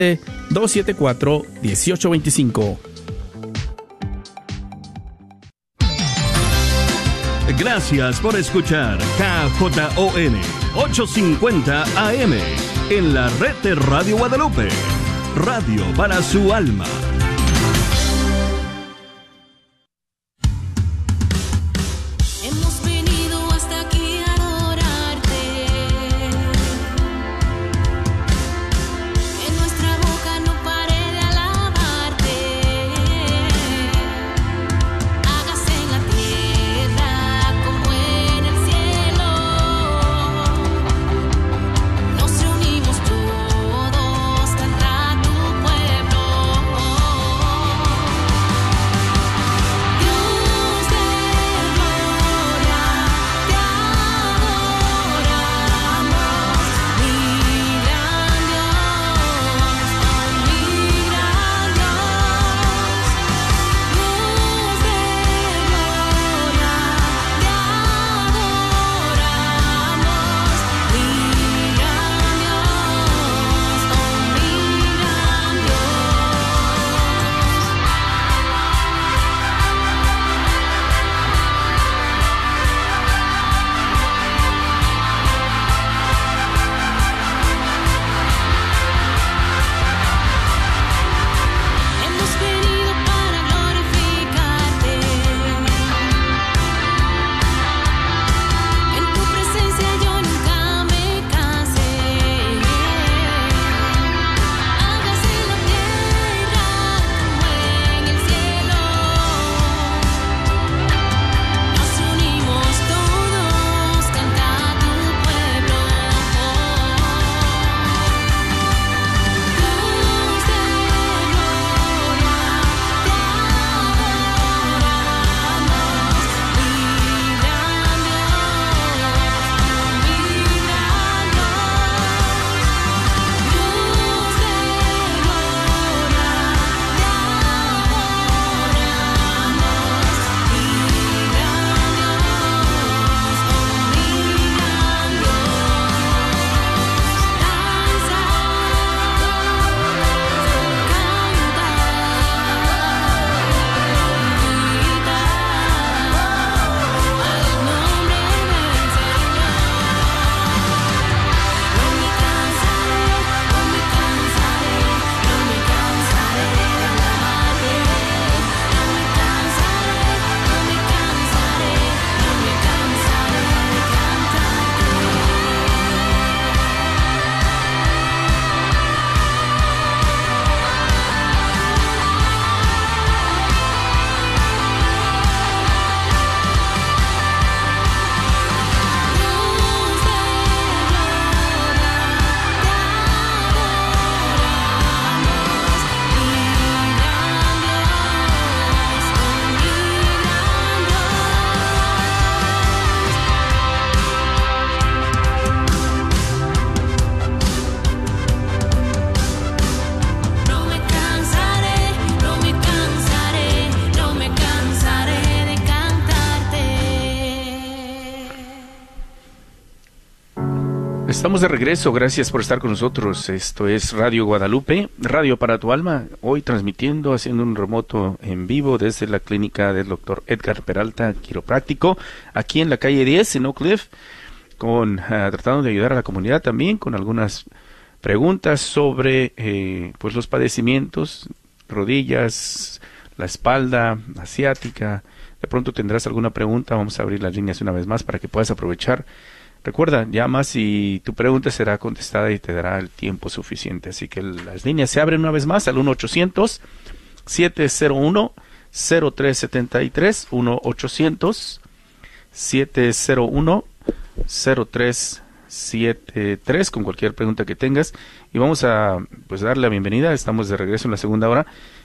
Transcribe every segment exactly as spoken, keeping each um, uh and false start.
dos siete cuatro, uno ocho dos cinco. Gracias por escuchar K J O N ochocientos cincuenta A M en la red de Radio Guadalupe. Radio para su alma. Estamos de regreso, gracias por estar con nosotros. Esto es Radio Guadalupe, Radio para tu alma, hoy transmitiendo, haciendo un remoto en vivo desde la clínica del doctor Edgar Peralta, quiropráctico, aquí en la calle diez, en Oak Cliff, con, uh, tratando de ayudar a la comunidad también con algunas preguntas sobre eh, pues los padecimientos, rodillas, la espalda, asiática. De pronto tendrás alguna pregunta, vamos a abrir las líneas una vez más para que puedas aprovechar. Recuerda, llamas y tu pregunta será contestada y te dará el tiempo suficiente. Así que las líneas se abren una vez más al uno ochocientos, siete cero uno, cero tres siete tres, uno ochocientos, siete cero uno, cero tres siete tres, con cualquier pregunta que tengas. Y vamos a pues darle la bienvenida, estamos de regreso en la segunda hora.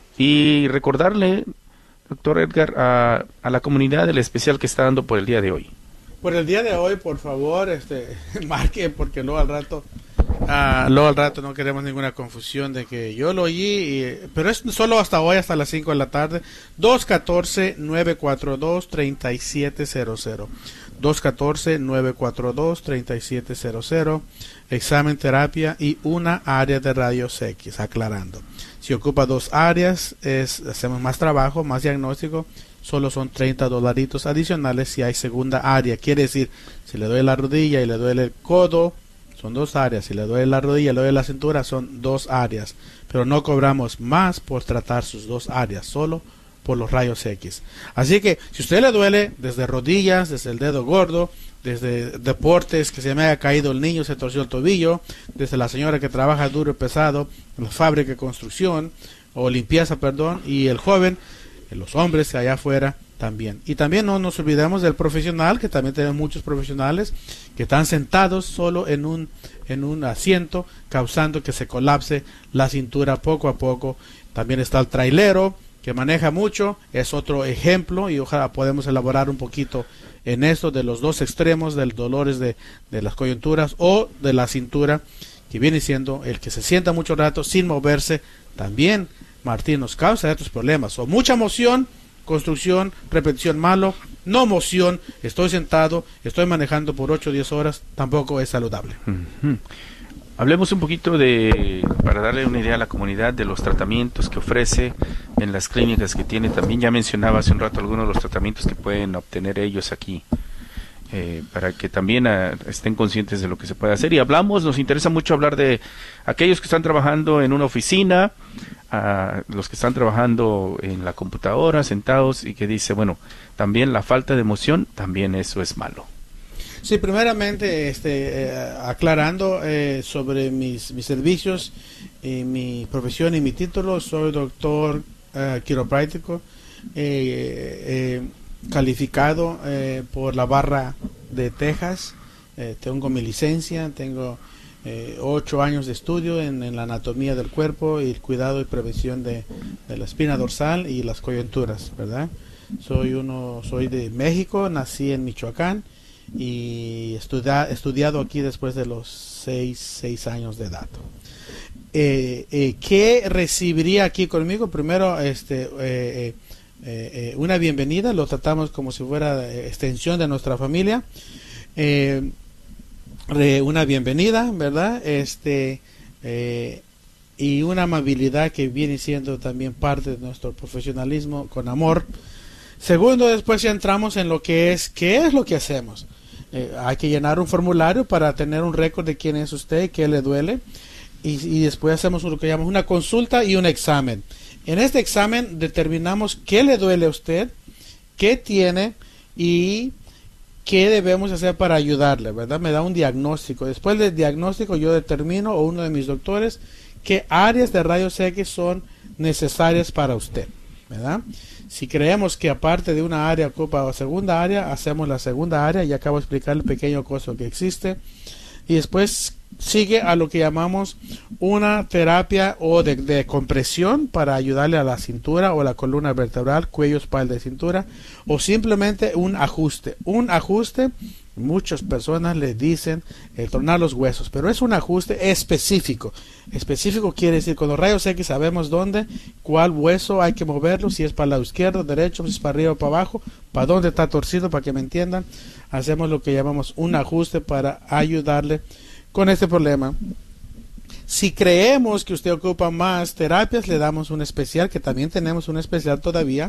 Y recordarle, doctor Edgar, a, a la comunidad el especial que está dando por el día de hoy. Por el día de hoy, por favor, este, marque, porque luego al rato, uh, luego al rato no queremos ninguna confusión de que yo lo oí, y, pero es solo hasta hoy, hasta las cinco de la tarde. Dos uno cuatro, nueve cuatro dos, tres siete cero cero. dos uno cuatro, nueve cuatro dos, tres siete cero cero, examen, terapia y una área de rayos X, aclarando. Si ocupa dos áreas, es, hacemos más trabajo, más diagnóstico, solo son treinta dolaritos adicionales si hay segunda área. Quiere decir, si le duele la rodilla y le duele el codo, son dos áreas. Si le duele la rodilla y le duele la cintura, son dos áreas. Pero no cobramos más por tratar sus dos áreas, solo por los rayos X. Así que si usted le duele desde rodillas, desde el dedo gordo, desde deportes, que se me haya caído el niño, se torció el tobillo, desde la señora que trabaja duro y pesado en la fábrica de construcción o limpieza, perdón, y el joven, los hombres allá afuera también. Y también no nos olvidemos del profesional, que también tenemos muchos profesionales que están sentados solo en un en un asiento, causando que se colapse la cintura poco a poco. También está el trailero, que maneja mucho, es otro ejemplo, y ojalá podemos elaborar un poquito en esto de los dos extremos del dolores de, de las coyunturas o de la cintura, que viene siendo el que se sienta mucho rato sin moverse. También, Martín, nos causa estos problemas, o mucha moción, construcción, repetición malo, no moción, estoy sentado, estoy manejando por ocho o diez horas, tampoco es saludable. Uh-huh. Hablemos un poquito de, para darle una idea a la comunidad, de los tratamientos que ofrece en las clínicas que tiene. También ya mencionaba hace un rato algunos de los tratamientos que pueden obtener ellos aquí, eh, para que también uh, estén conscientes de lo que se puede hacer. Y hablamos, nos interesa mucho hablar de aquellos que están trabajando en una oficina, a los que están trabajando en la computadora, sentados, y que dice, bueno, también la falta de emoción, también eso es malo. Sí, primeramente, este, eh, aclarando eh, sobre mis, mis servicios, y mi profesión y mi título, soy doctor eh, quiropráctico, eh, eh, calificado eh, por la Barra de Texas. Eh, tengo mi licencia, tengo eh, ocho años de estudio en, en la anatomía del cuerpo y el cuidado y prevención de, de la espina dorsal y las coyunturas, ¿verdad? Soy uno, soy de México, nací en Michoacán y estudia, estudiado aquí después de los seis, seis años de edad. Eh, eh, ¿Qué recibiría aquí conmigo? Primero, este, eh, eh, eh, una bienvenida, lo tratamos como si fuera extensión de nuestra familia. Eh, eh, una bienvenida, ¿verdad? Este, eh, y una amabilidad que viene siendo también parte de nuestro profesionalismo con amor. Segundo, después ya entramos en lo que es, ¿qué es lo que hacemos? Eh, hay que llenar un formulario para tener un récord de quién es usted, qué le duele, y, y después hacemos lo que llamamos una consulta y un examen. En este examen determinamos qué le duele a usted, qué tiene y qué debemos hacer para ayudarle, ¿verdad? Me da un diagnóstico. Después del diagnóstico yo determino, o uno de mis doctores, qué áreas de rayos X son necesarias para usted, ¿verdad? Si creemos que aparte de una área ocupa la segunda área, hacemos la segunda área, y acabo de explicar el pequeño costo que existe. Y después sigue a lo que llamamos una terapia o de, de compresión para ayudarle a la cintura o la columna vertebral, cuello, espalda y cintura, o simplemente un ajuste. Un ajuste, muchas personas le dicen el tornar los huesos, pero es un ajuste específico. Específico quiere decir, con los rayos X sabemos dónde, cuál hueso hay que moverlo, si es para el lado izquierdo, derecho, si es para arriba o para abajo, para dónde está torcido, para que me entiendan. Hacemos lo que llamamos un ajuste para ayudarle con este problema. Si creemos que usted ocupa más terapias, le damos un especial, que también tenemos un especial todavía.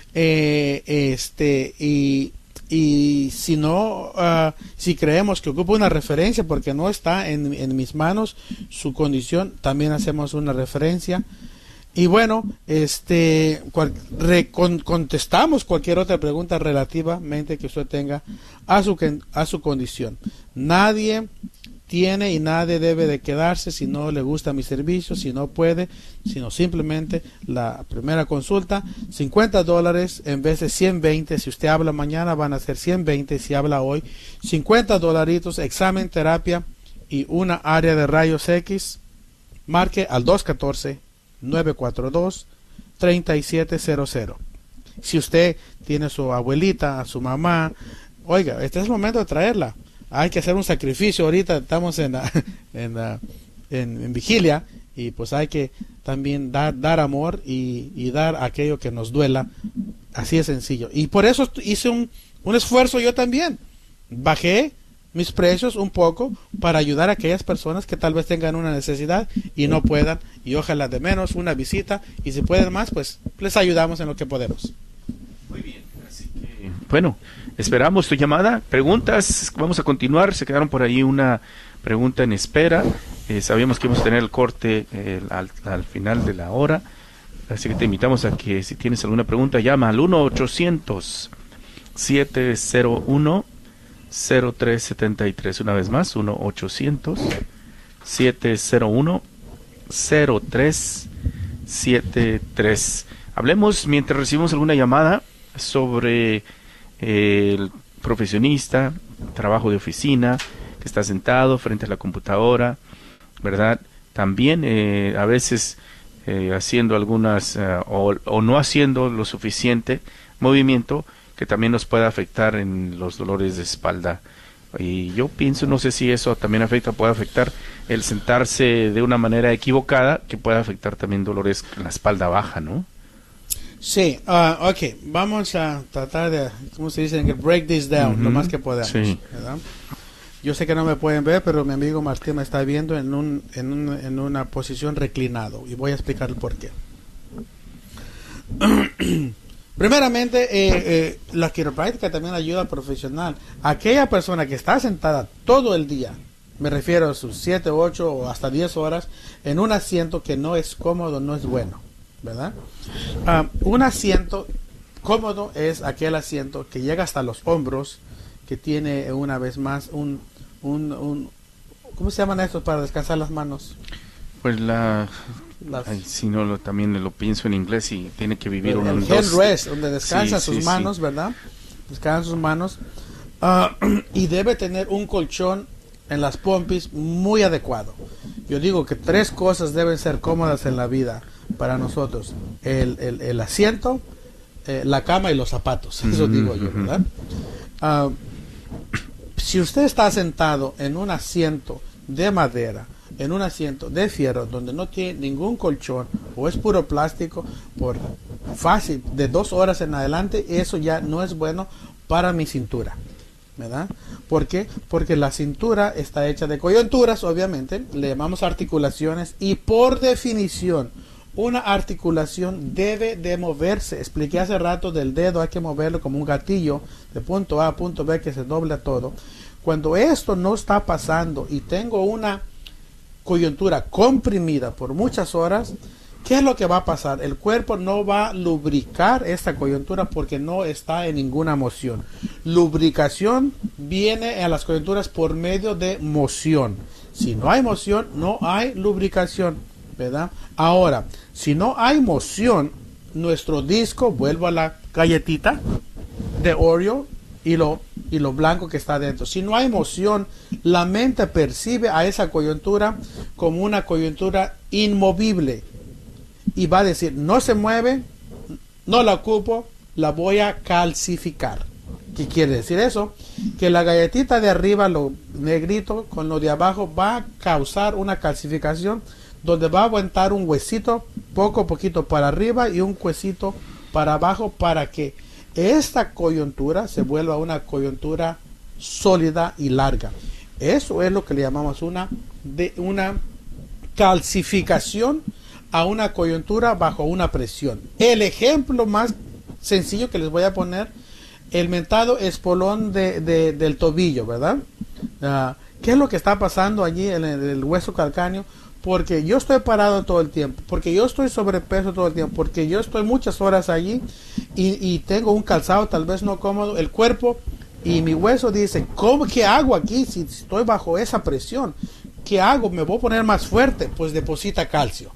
Eh, este y y si no, uh, si creemos que ocupa una referencia porque no está en, en mis manos su condición, también hacemos una referencia. Y bueno, este cual, re, con, contestamos cualquier otra pregunta relativamente que usted tenga a su, a su condición. Nadie tiene y nadie debe de quedarse si no le gusta mi servicio, si no puede, sino simplemente la primera consulta, cincuenta dólares en vez de ciento veinte. Si usted habla mañana van a ser ciento veinte, si habla hoy cincuenta dolaritos, examen, terapia y una área de rayos X. Marque al dos uno cuatro, nueve cuatro dos, tres siete cero cero. Si usted tiene a su abuelita, a su mamá, oiga, este es el momento de traerla. Hay que hacer un sacrificio ahorita, estamos en, en, en, en vigilia, y pues hay que también dar, dar amor y, y dar aquello que nos duela. Así de sencillo. Y por eso hice un, un esfuerzo yo también. bajé mis precios un poco para ayudar a aquellas personas que tal vez tengan una necesidad y no puedan, y ojalá de menos una visita, y si pueden más, pues les ayudamos en lo que podemos. Muy bien, así que bueno, esperamos tu llamada, preguntas, vamos a continuar. Se quedaron por ahí una pregunta en espera, eh, sabíamos que íbamos a tener el corte eh, al, al final de la hora, así que te invitamos a que si tienes alguna pregunta llama al uno ochocientos, siete cero uno, cero tres siete tres, una vez más, uno ochocientos, siete cero uno, cero tres siete tres. Hablemos, mientras recibimos alguna llamada, sobre eh, el profesionista, trabajo de oficina, que está sentado frente a la computadora, ¿verdad? También eh, a veces eh, haciendo algunas uh, o, o no haciendo lo suficiente movimiento, que también nos puede afectar en los dolores de espalda. Y yo pienso, no sé si eso también afecta, puede afectar el sentarse de una manera equivocada, que puede afectar también dolores en la espalda baja, ¿no? Sí, uh, ok, vamos a tratar de, ¿cómo se dice? Break this down, uh-huh. Lo más que podamos, sí. ¿verdad? Yo sé que no me pueden ver, pero mi amigo Martín me está viendo en, un, en, un, en una posición reclinado, y voy a explicar el por qué. Primeramente, eh, eh, la quiropráctica también ayuda al profesional. Aquella persona que está sentada todo el día, me refiero a sus siete, ocho o hasta diez horas, en un asiento que no es cómodo, no es bueno, ¿verdad? Uh, un asiento cómodo es aquel asiento que llega hasta los hombros, que tiene una vez más un, un, un ¿cómo se llaman estos para descansar las manos? Pues la... Las, Ay, si no, lo, también lo pienso en inglés y tiene que vivir el, uno en el dos. headrest, donde descansan sí, sus sí, manos, sí. ¿verdad? Descansan sus manos. Uh, y debe tener un colchón en las pompis muy adecuado. Yo digo que tres cosas deben ser cómodas en la vida para nosotros: el, el, el asiento, eh, la cama y los zapatos. Eso uh-huh, digo yo, ¿verdad? Uh, si usted está sentado en un asiento de madera, en un asiento de fierro, donde no tiene ningún colchón o es puro plástico, por fácil de dos horas en adelante, eso ya no es bueno para mi cintura, ¿verdad? ¿Por qué? Porque la cintura está hecha de coyunturas, obviamente, le llamamos articulaciones, y por definición una articulación debe de moverse. Expliqué hace rato del dedo, hay que moverlo como un gatillo de punto A a punto B, que se dobla todo. Cuando esto no está pasando y tengo una coyuntura comprimida por muchas horas, ¿qué es lo que va a pasar? El cuerpo no va a lubricar esta coyuntura porque no está en ninguna moción. Lubricación viene a las coyunturas por medio de moción. Si no hay moción, no hay lubricación, ¿verdad? Ahora, si no hay moción, nuestro disco, vuelvo a la galletita de Oreo y lo, y lo blanco que está dentro. Si no hay moción, la mente percibe a esa coyuntura como una coyuntura inmovible y va a decir: no se mueve, no la ocupo, la voy a calcificar. ¿Qué quiere decir eso? Que la galletita de arriba, lo negrito, con lo de abajo, va a causar una calcificación, donde va a aguantar un huesito poco a poquito para arriba y un huesito para abajo, para que esta coyuntura se vuelva una coyuntura sólida y larga. Eso es lo que le llamamos una, de, una calcificación a una coyuntura bajo una presión. El ejemplo más sencillo que les voy a poner: el mentado espolón de, de, del tobillo, ¿verdad? Uh, ¿Qué es lo que está pasando allí en el, el hueso calcáneo? Porque yo estoy parado todo el tiempo, porque yo estoy sobrepeso todo el tiempo, porque yo estoy muchas horas allí y, y tengo un calzado tal vez no cómodo. El cuerpo y mi hueso dice: ¿cómo, qué hago aquí si estoy bajo esa presión? ¿Qué hago? ¿Me voy a poner más fuerte? Pues deposita calcio.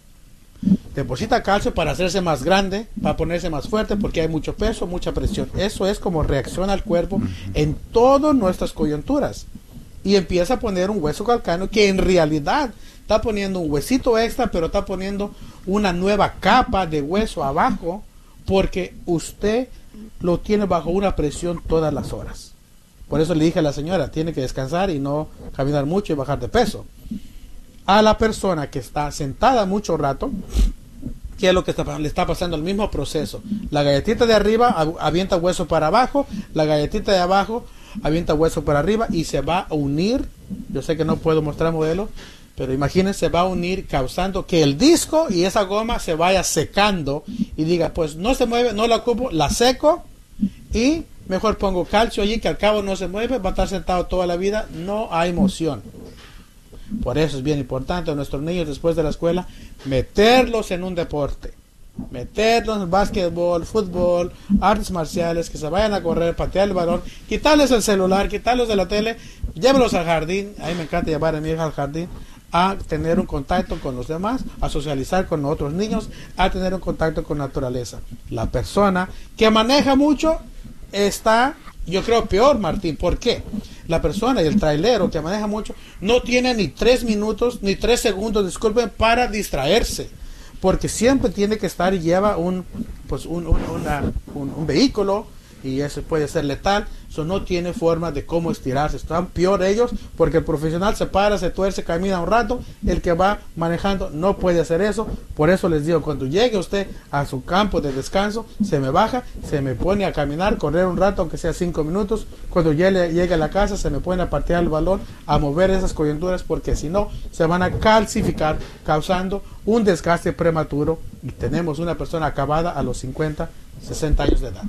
Deposita calcio para hacerse más grande, para ponerse más fuerte, porque hay mucho peso, mucha presión. Eso es como reacciona el cuerpo en todas nuestras coyunturas. Y empieza a poner un hueso calcáneo que en realidad está poniendo un huesito extra, pero está poniendo una nueva capa de hueso abajo, porque usted lo tiene bajo una presión todas las horas. Por eso le dije a la señora: tiene que descansar y no caminar mucho y bajar de peso. A la persona que está sentada mucho rato, ¿qué es lo que está, le está pasando? El mismo proceso. La galletita de arriba avienta hueso para abajo, la galletita de abajo avienta hueso para arriba y se va a unir. Yo sé que no puedo mostrar modelo, pero imagínense, se va a unir causando que el disco y esa goma se vaya secando y diga, pues no se mueve, no la ocupo, la seco y mejor pongo calcio allí que al cabo no se mueve, va a estar sentado toda la vida, no hay moción. Por eso es bien importante a nuestros niños después de la escuela meterlos en un deporte, meterlos en básquetbol, fútbol, artes marciales, que se vayan a correr, patear el balón, quitarles el celular, quitarlos de la tele, llévelos al jardín. A mí me encanta llevar a mi hija al jardín a tener un contacto con los demás, a socializar con otros niños, a tener un contacto con naturaleza. La persona que maneja mucho está, yo creo, peor, Martín. ¿Por qué? La persona y el trailero que maneja mucho no tiene ni tres minutos, ni tres segundos, disculpen, para distraerse, porque siempre tiene que estar y lleva un, pues un, un, una, un, un vehículo, y eso puede ser letal. Eso no tiene forma de cómo estirarse. Están peor ellos, porque el profesional se para, se tuerce, camina un rato. El que va manejando no puede hacer eso. Por eso les digo, cuando llegue usted a su campo de descanso, se me baja, se me pone a caminar, correr un rato, aunque sea cinco minutos. Cuando llegue, llegue a la casa, se me pone a patear el balón, a mover esas coyunturas, porque si no, se van a calcificar, causando un desgaste prematuro, y tenemos una persona acabada a los cincuenta, sesenta años de edad.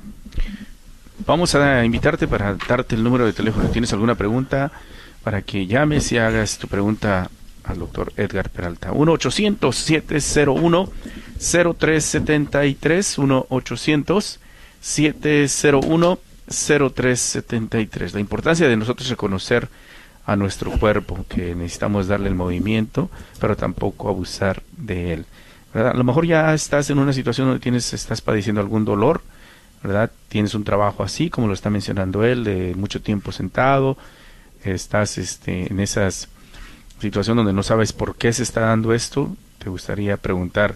Vamos a invitarte para darte el número de teléfono. ¿Tienes alguna pregunta? Para que llames y hagas tu pregunta al doctor Edgar Peralta. uno ochocientos, siete cero uno, cero tres siete tres, uno ochocientos, siete cero uno, cero tres siete tres. La importancia de nosotros reconocer a nuestro cuerpo, que necesitamos darle el movimiento, pero tampoco abusar de él, ¿verdad? A lo mejor ya estás en una situación donde tienes, estás padeciendo algún dolor, ¿verdad? Tienes un trabajo así, como lo está mencionando él, de mucho tiempo sentado, estás este, en esa situación donde no sabes por qué se está dando esto, te gustaría preguntar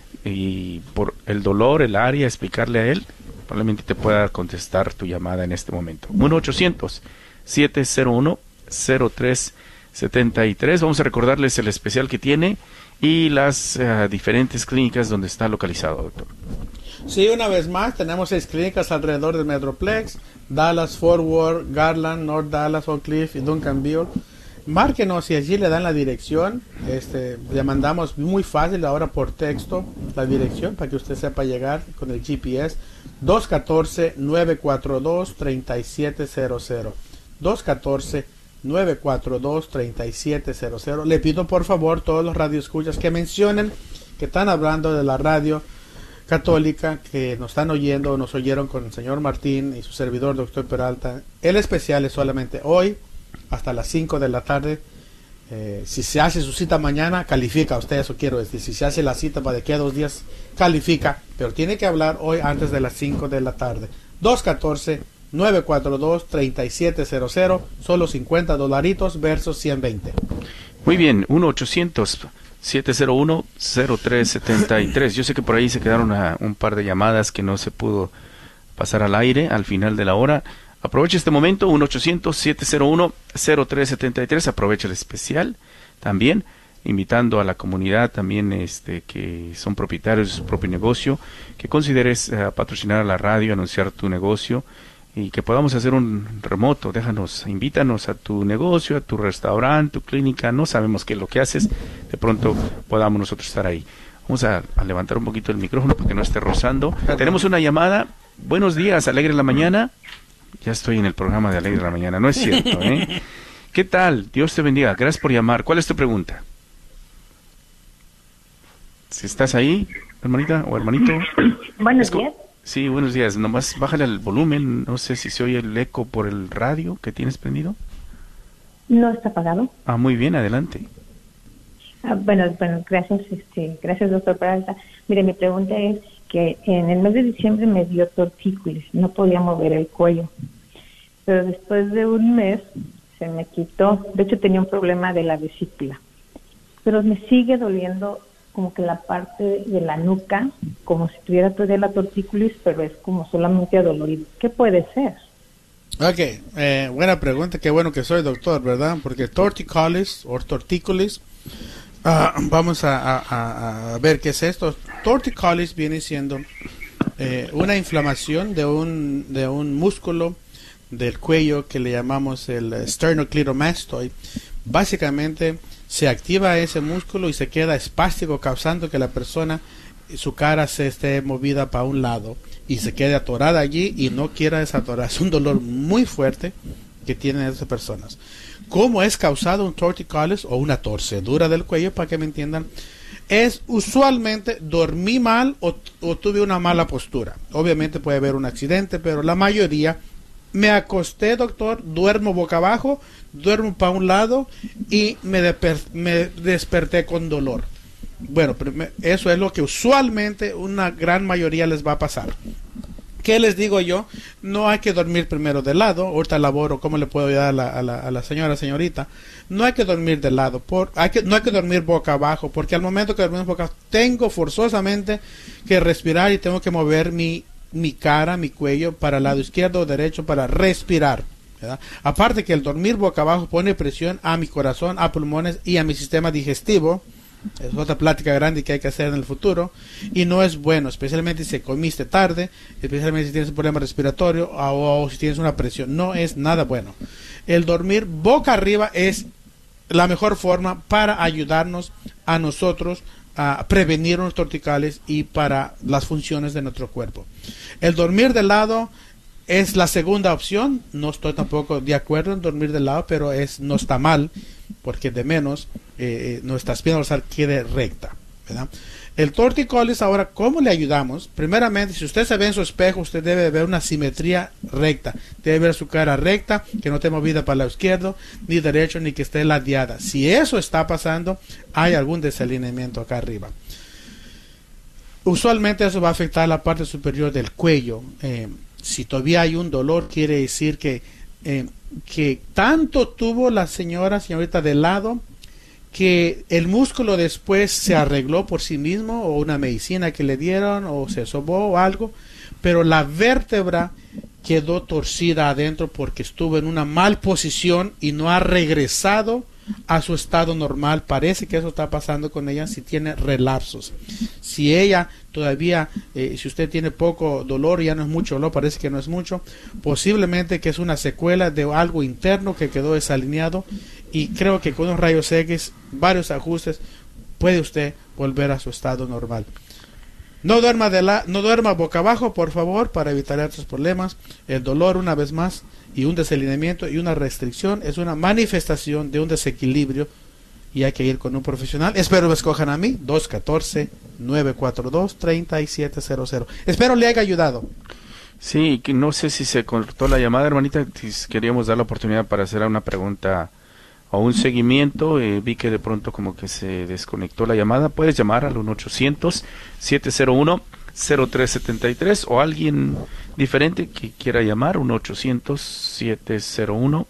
y por el dolor, el área, explicarle a él, probablemente te pueda contestar tu llamada en este momento. uno ochocientos, siete cero uno, cero tres siete tres. Vamos a recordarles el especial que tiene y las uh, diferentes clínicas donde está localizado, doctor. Sí, una vez más, tenemos seis clínicas alrededor del Metroplex: Dallas, Fort Worth, Garland, North Dallas, Oak Cliff y Duncanville. Márquenos y allí le dan la dirección. Este, le mandamos muy fácil ahora por texto la dirección para que usted sepa llegar con el G P S. dos uno cuatro, nueve cuatro dos, tres siete cero cero. dos uno cuatro, nueve cuatro dos, tres siete cero cero. Le pido por favor todos los radioescuchas que mencionen que están hablando de la radio católica, que nos están oyendo, nos oyeron con el señor Martín y su servidor, doctor Peralta. El especial es solamente hoy, hasta las cinco de la tarde. Eh, si se hace su cita mañana, califica usted, eso quiero decir. Si se hace la cita para de aquí a dos días, califica, pero tiene que hablar hoy antes de las cinco de la tarde. dos uno cuatro, nueve cuatro dos, tres siete cero cero, solo cincuenta dolaritos versus ciento veinte. Muy bien, uno ochocientos, siete cero uno, cero tres siete tres. Yo sé que por ahí se quedaron a, un par de llamadas que no se pudo pasar al aire al final de la hora. Aproveche este momento, uno ochocientos, siete cero uno, cero tres siete tres. Aproveche el especial también, invitando a la comunidad también este que son propietarios de su propio negocio, que consideres uh, patrocinar a la radio, anunciar tu negocio y que podamos hacer un remoto. Déjanos, invítanos a tu negocio, a tu restaurante, tu clínica. No sabemos qué es lo que haces, de pronto podamos nosotros estar ahí. Vamos a, a levantar un poquito el micrófono para que no esté rozando. Perdón. Tenemos una llamada. Buenos días, Alegre en la Mañana. Ya estoy en el programa de Alegre en la Mañana, no es cierto, ¿eh? ¿Qué tal? Dios te bendiga. Gracias por llamar. ¿Cuál es tu pregunta? Si estás ahí, hermanita o hermanito. Buenos días. Sí, buenos días. Nomás bájale el volumen. No sé si se oye el eco por el radio que tienes prendido. No está apagado. Ah, muy bien, adelante. Ah, bueno, bueno, gracias, este, gracias, doctor Peralta. Mire, mi pregunta es que en el mes de diciembre me dio tortícolis, no podía mover el cuello, pero después de un mes se me quitó. De hecho tenía un problema de la vesícula, pero me sigue doliendo como que la parte de la nuca, como si tuviera todavía la tortícolis, pero es como solamente adolorido. ¿Qué puede ser? Ok, eh, buena pregunta. Qué bueno que soy doctor, ¿verdad? Porque tortícolis o tortícolis, uh, vamos a, a, a ver qué es esto. Tortícolis viene siendo eh, una inflamación de un de un músculo del cuello que le llamamos el sternocleidomastoid, básicamente se activa ese músculo y se queda espástico, causando que la persona, su cara se esté movida para un lado y se quede atorada allí y no quiera desatorar. Es un dolor muy fuerte que tienen esas personas. ¿Cómo es causado un torticollis o una torcedura del cuello? Para que me entiendan, es usualmente dormí mal o, o tuve una mala postura. Obviamente puede haber un accidente, pero la mayoría, me acosté, doctor, duermo boca abajo, duermo para un lado y me, me desperté con dolor. Bueno, eso es lo que usualmente una gran mayoría les va a pasar. ¿Qué les digo yo? No hay que dormir primero de lado. Ahorita laboro, ¿cómo le puedo ayudar a la, a la, a la señora, señorita? No hay que dormir de lado. Por, hay que, no hay que dormir boca abajo, porque al momento que dormimos boca abajo, tengo forzosamente que respirar y tengo que mover mi, mi cara, mi cuello para el lado izquierdo o derecho para respirar, ¿verdad? Aparte que el dormir boca abajo pone presión a mi corazón, a pulmones y a mi sistema digestivo. Es otra plática grande que hay que hacer en el futuro y no es bueno, especialmente si comiste tarde, especialmente si tienes un problema respiratorio o, o si tienes una presión. No es nada bueno. El dormir boca arriba es la mejor forma para ayudarnos a nosotros a prevenir los torticollis y para las funciones de nuestro cuerpo. El dormir de lado es la segunda opción. No estoy tampoco de acuerdo en dormir de lado, pero es no está mal, porque de menos eh, nuestra espina dorsal quede recta, ¿verdad? El torticollis, ahora, ¿cómo le ayudamos? Primeramente, si usted se ve en su espejo, usted debe ver una simetría recta. Debe ver su cara recta, que no esté movida para el lado izquierdo, ni derecho, ni que esté ladeada. Si eso está pasando, hay algún desalineamiento acá arriba. Usualmente eso va a afectar la parte superior del cuello. Eh, si todavía hay un dolor, quiere decir que eh, que tanto tuvo la señora, señorita de lado, que el músculo después se arregló por sí mismo, o una medicina que le dieron, o se sobó o algo, pero la vértebra quedó torcida adentro porque estuvo en una mal posición y no ha regresado a su estado normal. Parece que eso está pasando con ella si tiene relapsos. Si ella todavía, eh, si usted tiene poco dolor, ya no es mucho dolor, parece que no es mucho, posiblemente que es una secuela de algo interno que quedó desalineado, y creo que con unos rayos X, varios ajustes, puede usted volver a su estado normal. No duerma, de la, no duerma boca abajo, por favor, para evitar otros problemas. El dolor, una vez más, y un desalineamiento y una restricción es una manifestación de un desequilibrio y hay que ir con un profesional. Espero me escojan a mí, dos uno cuatro, nueve cuatro dos, tres siete cero cero. Espero le haya ayudado. Sí, que no sé si se cortó la llamada, hermanita. Queríamos dar la oportunidad para hacer una pregunta o un seguimiento. Eh, vi que de pronto como que se desconectó la llamada. Puedes llamar al uno ochocientos, siete cero uno, cero tres siete tres o alguien diferente que quiera llamar, uno ochocientos, siete cero uno,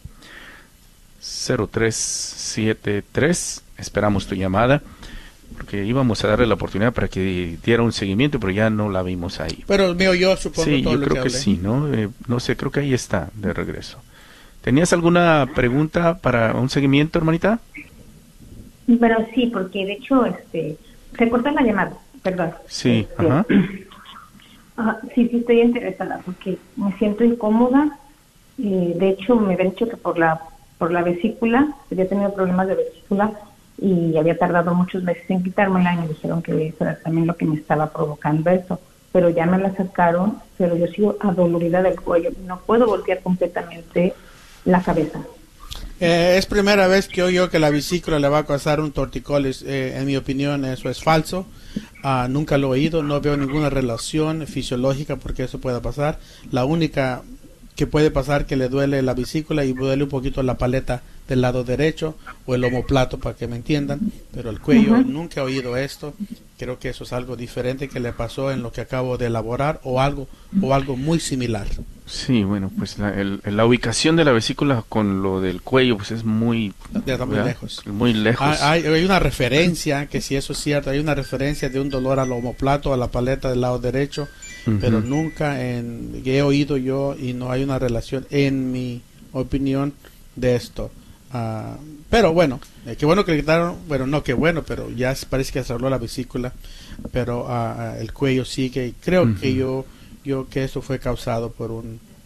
cero tres siete tres. Esperamos tu llamada, porque íbamos a darle la oportunidad para que diera un seguimiento, pero ya no la vimos ahí. Pero me oyó, supongo, sí, todo yo lo creo que que hablé. sí, ¿no? Eh, no sé, creo que ahí está, de regreso. ¿Tenías alguna pregunta para un seguimiento, hermanita? Bueno, sí, porque de hecho, este, se cortó la llamada, perdón. Sí, Este, ajá. Ah, sí, sí estoy interesada porque me siento incómoda. Eh, de hecho, me habían dicho que por la por la vesícula, había tenido problemas de vesícula y había tardado muchos meses en quitármela y me dijeron que eso era también lo que me estaba provocando eso. Pero ya me la sacaron, pero yo sigo adolorida del cuello. No puedo voltear completamente la cabeza. Eh, es primera vez que oigo que la vesícula le va a causar un torticollis. Eh, en mi opinión, eso es falso. Uh, nunca lo he oído, no veo ninguna relación fisiológica porque eso pueda pasar. La única que puede pasar que le duele la vesícula y duele un poquito la paleta del lado derecho o el omoplato, para que me entiendan, pero el cuello, uh-huh. Nunca he oído esto. Creo que eso es algo diferente que le pasó en lo que acabo de elaborar o algo o algo muy similar. Sí, bueno, pues la, el, la ubicación de la vesícula con lo del cuello pues es muy, está muy lejos. Muy lejos. Hay, hay una referencia, que si eso es cierto, hay una referencia de un dolor al omoplato, a la paleta del lado derecho, uh-huh. Pero nunca en, he oído yo y no hay una relación, en mi opinión, de esto. Uh, pero bueno, eh, qué bueno que le quitaron, bueno, no qué bueno, pero ya parece que se habló la vesícula, pero uh, el cuello sigue y creo uh-huh. que yo yo que eso fue causado por un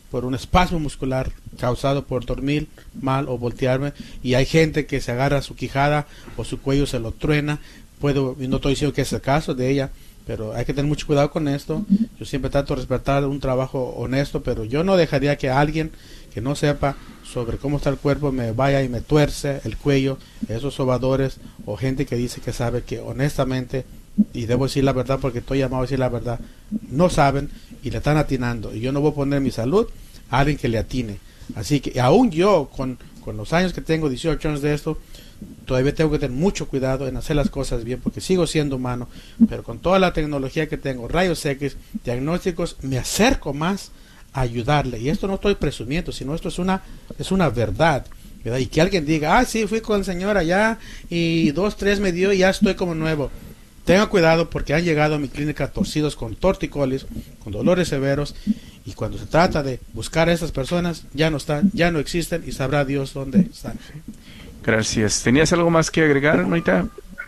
por un espasmo muscular causado por dormir mal o voltearme, y hay gente que se agarra su quijada o su cuello se lo truena. Puedo, y no estoy diciendo que es el caso de ella, pero hay que tener mucho cuidado con esto. Yo siempre trato de respetar un trabajo honesto, pero yo no dejaría que alguien que no sepa sobre cómo está el cuerpo me vaya y me tuerce el cuello. Esos sobadores o gente que dice que sabe, que honestamente, y debo decir la verdad porque estoy llamado a decir la verdad, no saben y le están atinando, y yo no voy a poner mi salud a alguien que le atine. Así que aún yo, con, con los años que tengo, dieciocho años de esto, todavía tengo que tener mucho cuidado en hacer las cosas bien, porque sigo siendo humano, pero con toda la tecnología que tengo, rayos X, diagnósticos, me acerco más a ayudarle. Y esto no estoy presumiendo, sino esto es una es una verdad, ¿verdad? Y que alguien diga, ah, sí, fui con el señor allá y dos, tres me dio y ya estoy como nuevo. Tenga cuidado, porque han llegado a mi clínica torcidos con tortícolis, con dolores severos, y cuando se trata de buscar a esas personas, ya no están, ya no existen, y sabrá Dios dónde están. Gracias. ¿Tenías algo más que agregar, Norita?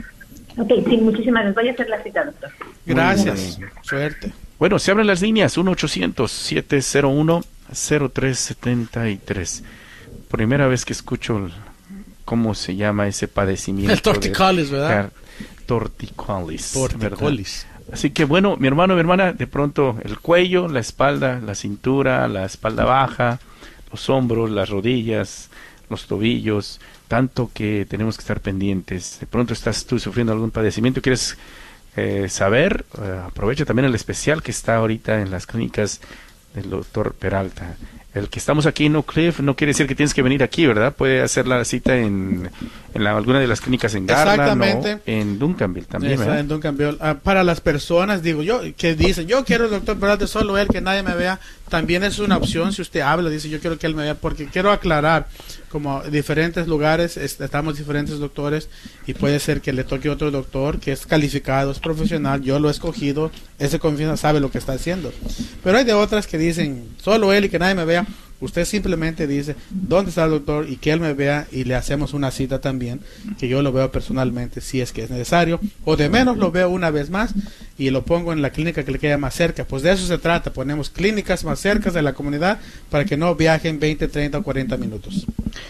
Ok, sí, muchísimas gracias. Voy a hacer la cita, doctor. Gracias. Suerte. Bueno, se abren las líneas uno ochocientos, siete cero uno, cero tres siete tres. Primera vez que escucho el, cómo se llama ese padecimiento. El tortícolis, ¿verdad? Tortícolis. Tortícolis. Así que bueno, mi hermano, mi hermana, de pronto el cuello, la espalda, la cintura, la espalda baja, los hombros, las rodillas, los tobillos, tanto que tenemos que estar pendientes. De pronto estás tú sufriendo algún padecimiento, quieres eh, saber, eh, aprovecha también el especial que está ahorita en las clínicas del doctor Peralta. El que estamos aquí en Oak Cliff no quiere decir que tienes que venir aquí, ¿verdad? Puede hacer la cita en, en la, alguna de las clínicas en Garland o en Duncanville también, Está ¿verdad? en Duncanville. Uh, para las personas, digo yo, que dicen, yo quiero el doctor Peralta, solo él, que nadie me vea, también es una opción. Si usted habla, dice, yo quiero que él me vea, porque quiero aclarar, como diferentes lugares, est estamos diferentes doctores, y puede ser que le toque otro doctor que es calificado, es profesional, yo lo he escogido, ese confianza sabe lo que está haciendo. Pero hay de otras que dicen, solo él y que nadie me vea. Usted simplemente dice dónde está el doctor y que él me vea, y le hacemos una cita también, que yo lo veo personalmente si es que es necesario, o de menos lo veo una vez más y lo pongo en la clínica que le queda más cerca. Pues de eso se trata, ponemos clínicas más cerca de la comunidad para que no viajen veinte, treinta o cuarenta minutos.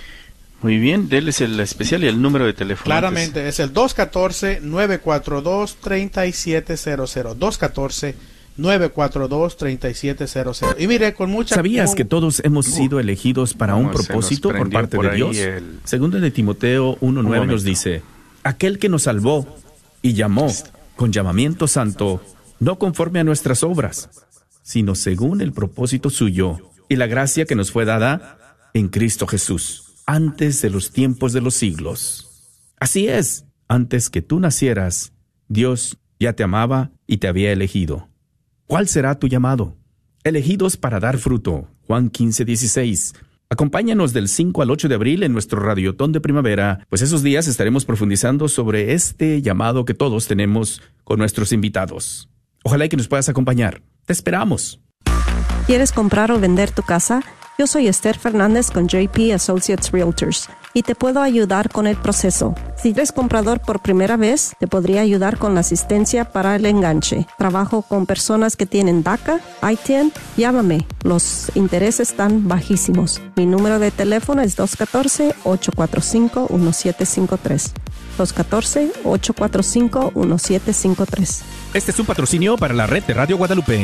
Muy bien, déles el especial y el número de teléfono. Claramente, es el dos uno cuatro, nueve cuatro dos, tres siete cero cero, dos uno cuatro, nueve cuatro dos, tres siete cero cero. Y mire, con mucha... ¿Sabías con... que todos hemos sido elegidos para un propósito por parte por de Dios? El... Segundo de Timoteo uno nueve nos dice, aquel que nos salvó y llamó con llamamiento santo, no conforme a nuestras obras, sino según el propósito suyo y la gracia que nos fue dada en Cristo Jesús, antes de los tiempos de los siglos. Así es, antes que tú nacieras, Dios ya te amaba y te había elegido. ¿Cuál será tu llamado? Elegidos para dar fruto. Juan quince dieciséis. Acompáñanos del cinco al ocho de abril en nuestro Radiotón de Primavera, pues esos días estaremos profundizando sobre este llamado que todos tenemos con nuestros invitados. Ojalá y que nos puedas acompañar. Te esperamos. ¿Quieres comprar o vender tu casa? Yo soy Esther Fernández con J P Associates Realtors y te puedo ayudar con el proceso. Si eres comprador por primera vez, te podría ayudar con la asistencia para el enganche. Trabajo con personas que tienen D A C A, I T I N. Llámame, los intereses están bajísimos. Mi número de teléfono es dos uno cuatro, ocho cuatro cinco, uno siete cinco tres. dos uno cuatro, ocho cuatro cinco, uno siete cinco tres. Este es un patrocinio para la red de Radio Guadalupe.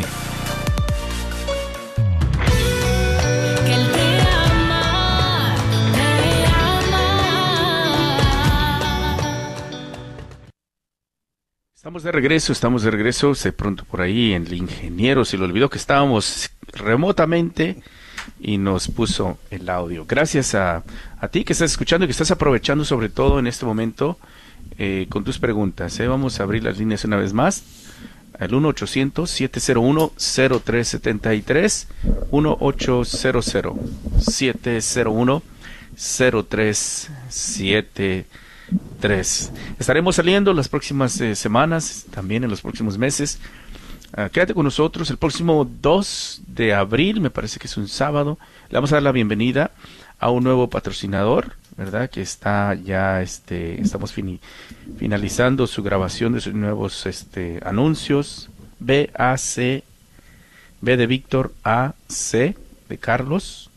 Estamos de regreso, estamos de regreso. De pronto por ahí el ingeniero se le olvidó que estábamos remotamente y nos puso el audio. Gracias a, a ti que estás escuchando y que estás aprovechando sobre todo en este momento eh, con tus preguntas. ¿eh? Vamos a abrir las líneas una vez más. El uno ochocientos, siete cero uno, cero tres siete tres, uno ochocientos, siete cero uno, cero tres siete tres. Estaremos saliendo las próximas eh, semanas, también en los próximos meses. Uh, quédate con nosotros el próximo dos de abril, me parece que es un sábado. Le vamos a dar la bienvenida a un nuevo patrocinador, ¿verdad? Que está ya, este, estamos fini, finalizando su grabación de sus nuevos este, anuncios. B A C, B de Víctor, A C, de Carlos,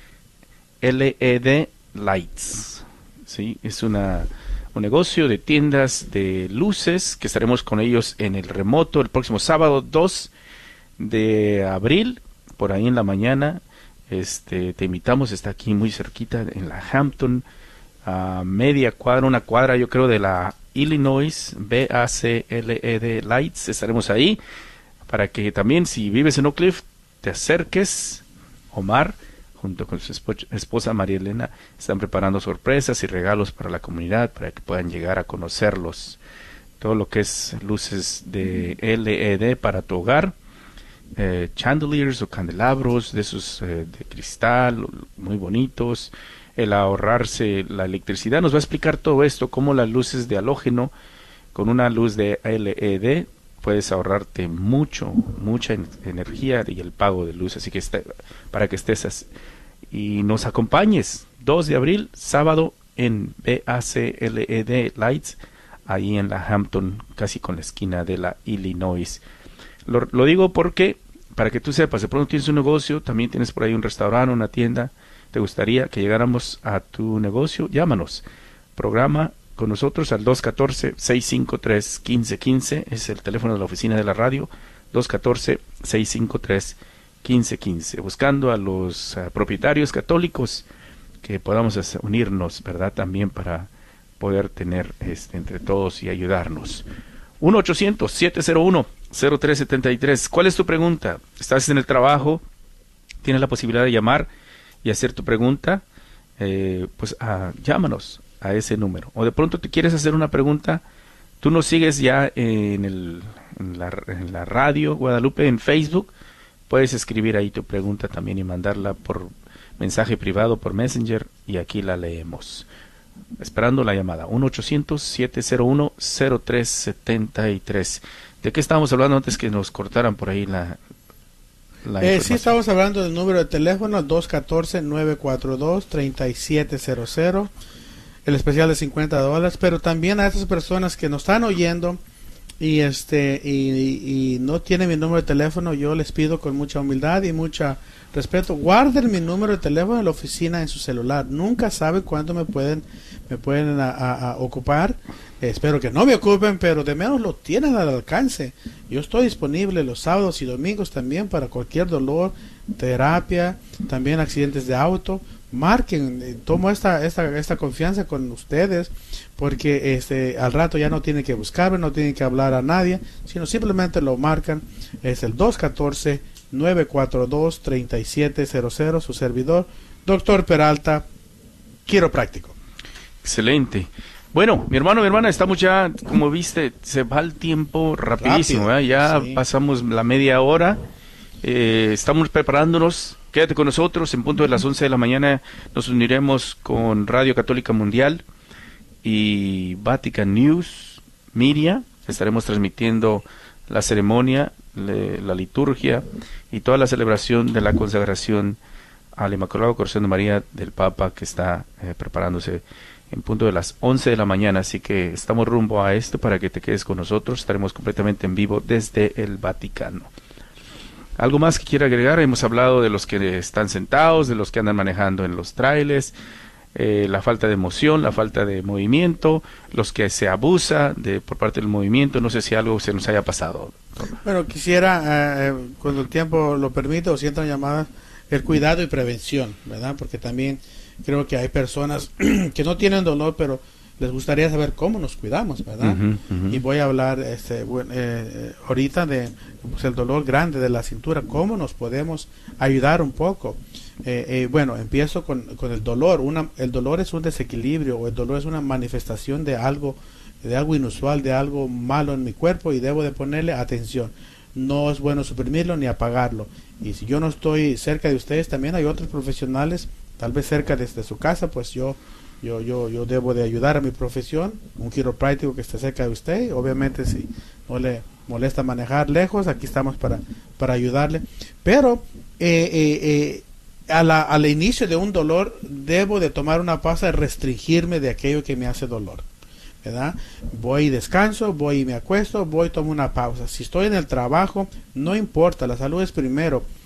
L E D Lights. ¿Sí? Es una, un negocio de tiendas de luces que estaremos con ellos en el remoto el próximo sábado dos de abril, por ahí en la mañana. Este, te invitamos, está aquí muy cerquita en la Hampton, a media cuadra, una cuadra yo creo de la Illinois, B A C L E D Lights. Estaremos ahí para que también, si vives en Oak Cliff, te acerques. Omar, junto con su esp- esposa María Elena, están preparando sorpresas y regalos para la comunidad, para que puedan llegar a conocerlos. Todo lo que es luces de L E D para tu hogar, eh, chandeliers o candelabros de esos eh, de cristal, muy bonitos. El ahorrarse la electricidad. Nos va a explicar todo esto, cómo las luces de halógeno con una luz de L E D puedes ahorrarte mucho, mucha en- energía y el pago de luz. Así que está, para que estés as- y nos acompañes dos de abril, sábado en B A C L E D Lights, ahí en la Hampton, casi con la esquina de la Illinois. Lo, lo digo porque, para que tú sepas, de pronto tienes un negocio, también tienes por ahí un restaurante, una tienda, te gustaría que llegáramos a tu negocio, llámanos. Programa con nosotros al dos uno cuatro, seis cinco tres, uno cinco uno cinco, es el teléfono de la oficina de la radio, dos uno cuatro, seis cinco tres, uno cinco uno cinco, buscando a los uh, propietarios católicos que podamos as- unirnos, ¿verdad? También para poder tener este, entre todos y ayudarnos. uno ochocientos, siete cero uno, cero tres siete tres. ¿Cuál es tu pregunta? ¿Estás en el trabajo? ¿Tienes la posibilidad de llamar y hacer tu pregunta? Eh, pues ah, llámanos a ese número. O de pronto te quieres hacer una pregunta, tú nos sigues ya en, el, en, la, en la radio Guadalupe en Facebook, puedes escribir ahí tu pregunta también y mandarla por mensaje privado, por Messenger, y aquí la leemos. Esperando la llamada. uno ochocientos, siete cero uno, cero tres siete tres. ¿De qué estábamos hablando antes que nos cortaran por ahí la, la Eh, información? sí, estamos hablando del número de teléfono dos uno cuatro, nueve cuatro dos, tres siete cero cero, el especial de cincuenta dólares, pero también a esas personas que nos están oyendo y este y, y no tienen mi número de teléfono, yo les pido con mucha humildad y mucha respeto, guarden mi número de teléfono en la oficina en su celular. Nunca saben cuándo me pueden me pueden a, a, a ocupar. Eh, espero que no me ocupen, pero de menos lo tienen al alcance. Yo estoy disponible los sábados y domingos también para cualquier dolor, terapia, también accidentes de auto. Marquen, eh, tomo esta, esta, esta confianza con ustedes, porque este al rato ya no tienen que buscarme, no tienen que hablar a nadie, sino simplemente lo marcan. Es el dos uno cuatro, nueve cuatro dos, tres siete cero cero, su servidor, doctor Peralta, quiropráctico. Excelente. Bueno, mi hermano, mi hermana, estamos ya, como viste, se va el tiempo rapidísimo, Rápido, ¿eh? Ya sí. pasamos la media hora, eh, estamos preparándonos, quédate con nosotros, en punto de las once de la mañana nos uniremos con Radio Católica Mundial y Vatican News Media, estaremos transmitiendo la ceremonia, le- la liturgia y toda la celebración de la consagración al Inmaculado Corazón de María del Papa, que está eh, preparándose en punto de las once de la mañana, así que estamos rumbo a esto para que te quedes con nosotros, estaremos completamente en vivo desde el Vaticano. ¿Algo más que quiera agregar? Hemos hablado de los que están sentados, de los que andan manejando en los trailers, eh, la falta de emoción, la falta de movimiento, los que se abusa de por parte del movimiento. No sé si algo se nos haya pasado. Bueno, quisiera, eh, cuando el tiempo lo permite o si entran llamadas, el cuidado y prevención, ¿verdad? Porque también creo que hay personas que no tienen dolor, pero les gustaría saber cómo nos cuidamos, ¿verdad? Ujú, ujú. Y voy a hablar este, bueno, eh, ahorita de pues, el dolor grande de la cintura, cómo nos podemos ayudar un poco. Eh, eh, bueno, empiezo con, con el dolor. Una, el dolor es un desequilibrio, o el dolor es una manifestación de algo, de algo inusual, de algo malo en mi cuerpo, y debo de ponerle atención. No es bueno suprimirlo ni apagarlo. Y si yo no estoy cerca de ustedes, también hay otros profesionales, tal vez cerca desde su casa, pues yo yo yo yo debo de ayudar a mi profesión, un quiropráctico que esté cerca de usted. Obviamente, si no le molesta manejar lejos, aquí estamos para para ayudarle. Pero eh, eh, eh, a la, al inicio de un dolor debo de tomar una pausa y restringirme de aquello que me hace dolor, ¿verdad? Voy y descanso, voy y me acuesto, voy y tomo una pausa. Si estoy en el trabajo, no importa, la salud es primero.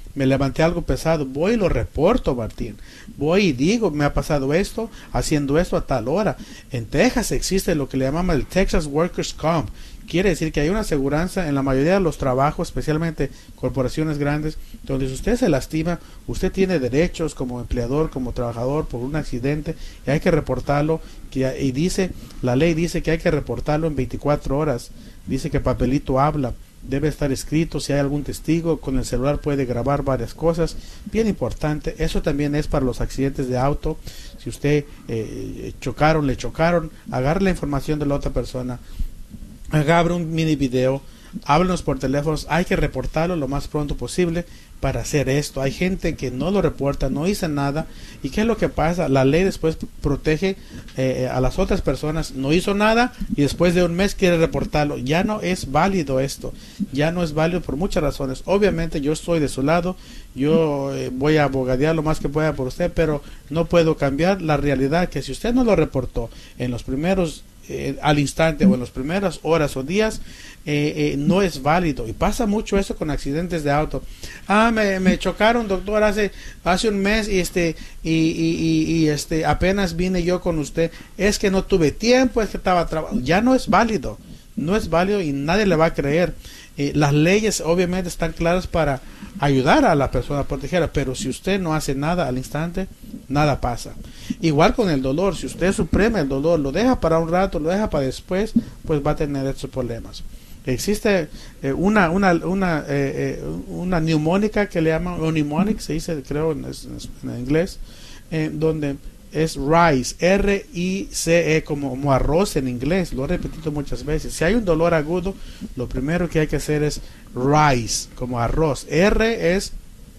me levanté algo pesado, voy y lo reporto, Martín. Voy y digo, me ha pasado esto, haciendo esto a tal hora. En Texas existe lo que le llamamos el Texas Workers' Comp. Quiere decir que hay una aseguranza en la mayoría de los trabajos, especialmente corporaciones grandes, donde si usted se lastima, usted tiene derechos como empleador, como trabajador por un accidente, y hay que reportarlo, que, y dice, la ley dice que hay que reportarlo en veinticuatro horas. Dice que papelito habla, debe estar escrito, si hay algún testigo, con el celular puede grabar varias cosas, bien importante. Eso también es para los accidentes de auto. Si usted eh, chocaron, le chocaron, agarre la información de la otra persona, agarre un mini video, háblenos por teléfonos, hay que reportarlo lo más pronto posible para hacer esto. Hay gente que no lo reporta, no dice nada, y ¿qué es lo que pasa? La ley después protege eh, a las otras personas, no hizo nada y después de un mes quiere reportarlo. Ya no es válido esto, ya no es válido por muchas razones. Obviamente yo estoy de su lado, yo eh, voy a abogadear lo más que pueda por usted, pero no puedo cambiar la realidad que si usted no lo reportó en los primeros Eh, al instante o en las primeras horas o días, eh, eh, no es válido. Y pasa mucho eso con accidentes de auto. Ah, me, me chocaron, doctor, hace hace un mes y este y, y, y, y este apenas vine yo con usted. Es que no tuve tiempo, es que estaba trabajando. Ya no es válido, no es válido y nadie le va a creer. Eh, las leyes obviamente están claras para ayudar a la persona a protegerla, pero si usted no hace nada al instante, nada pasa. Igual con el dolor, si usted suprime el dolor, lo deja para un rato, lo deja para después, pues va a tener estos problemas. Existe eh, una una una eh, eh, una neumónica que le llaman, o pneumonic, se dice, creo en, en inglés, eh, donde es rice, R I C E, como, como arroz en inglés, lo he repetido muchas veces. Si hay un dolor agudo, lo primero que hay que hacer es rice, como arroz. R es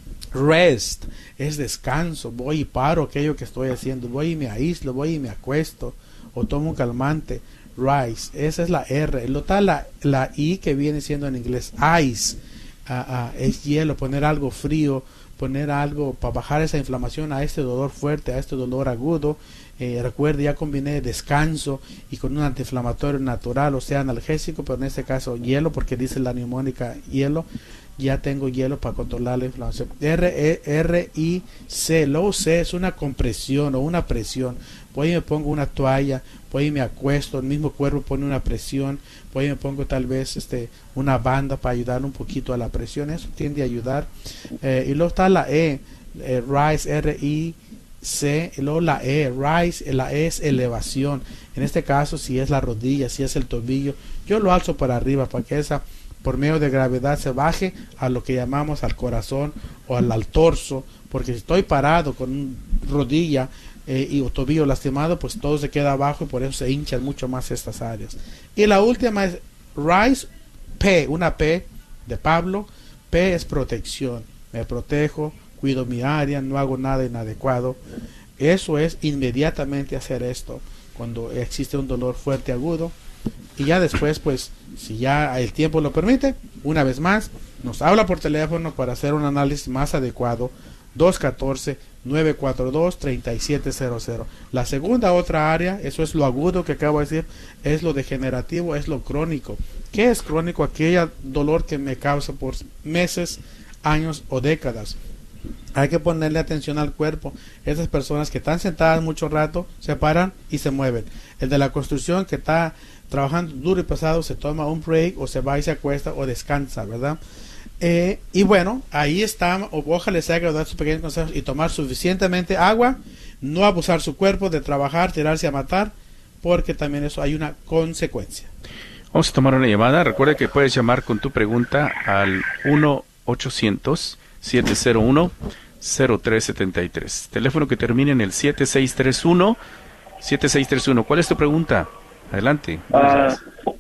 rest, es descanso, voy y paro aquello que estoy haciendo, voy y me aíslo, voy y me acuesto, o tomo un calmante. Rice, esa es la R. Lo está la, la I que viene siendo en inglés ice, uh, uh, es hielo, poner algo frío, poner algo para bajar esa inflamación, a este dolor fuerte, a este dolor agudo. Eh, recuerde, ya combiné descanso y con un antiinflamatorio natural, o sea, analgésico, pero en este caso hielo, porque dice la neumónica hielo. Ya tengo hielo para controlar la inflamación. R E R I C, luego C es una compresión o una presión. Voy y me pongo una toalla, voy y me acuesto, el mismo cuerpo pone una presión, voy y me pongo tal vez este una banda para ayudar un poquito a la presión. Eso tiende a ayudar. Eh, y luego está la E, eh, rise, R I C, y luego la E, rise, la E es elevación. En este caso, si es la rodilla, si es el tobillo, yo lo alzo para arriba para que esa, por medio de gravedad, se baje a lo que llamamos al corazón o al, al torso, porque si estoy parado con un rodilla eh, y un tobillo lastimado, pues todo se queda abajo y por eso se hinchan mucho más estas áreas. Y la última es rise, P, una P de Pablo. P es protección, me protejo, cuido mi área, no hago nada inadecuado. Eso es inmediatamente hacer esto cuando existe un dolor fuerte agudo. Y ya después, pues, si ya el tiempo lo permite, una vez más, nos habla por teléfono para hacer un análisis más adecuado. Dos uno cuatro, nueve cuatro dos, tres siete cero cero. La segunda otra área, eso es lo agudo que acabo de decir, es lo degenerativo, es lo crónico. ¿Qué es crónico? Aquel dolor que me causa por meses, años o décadas. Hay que ponerle atención al cuerpo. Esas personas que están sentadas mucho rato, se paran y se mueven. El de la construcción que está trabajando duro y pesado, se toma un break o se va y se acuesta o descansa, ¿verdad? Eh, y bueno, ahí está. Ojalá les haya dado sus pequeños consejos y tomar suficientemente agua, no abusar su cuerpo de trabajar, tirarse a matar, porque también eso hay una consecuencia. Vamos a tomar una llamada. Recuerda que puedes llamar con tu pregunta al uno ochocientos, siete cero uno, cero tres siete tres. Teléfono que termine en el siete seis tres uno, siete seis tres uno. ¿Cuál es tu pregunta? Adelante. Uh,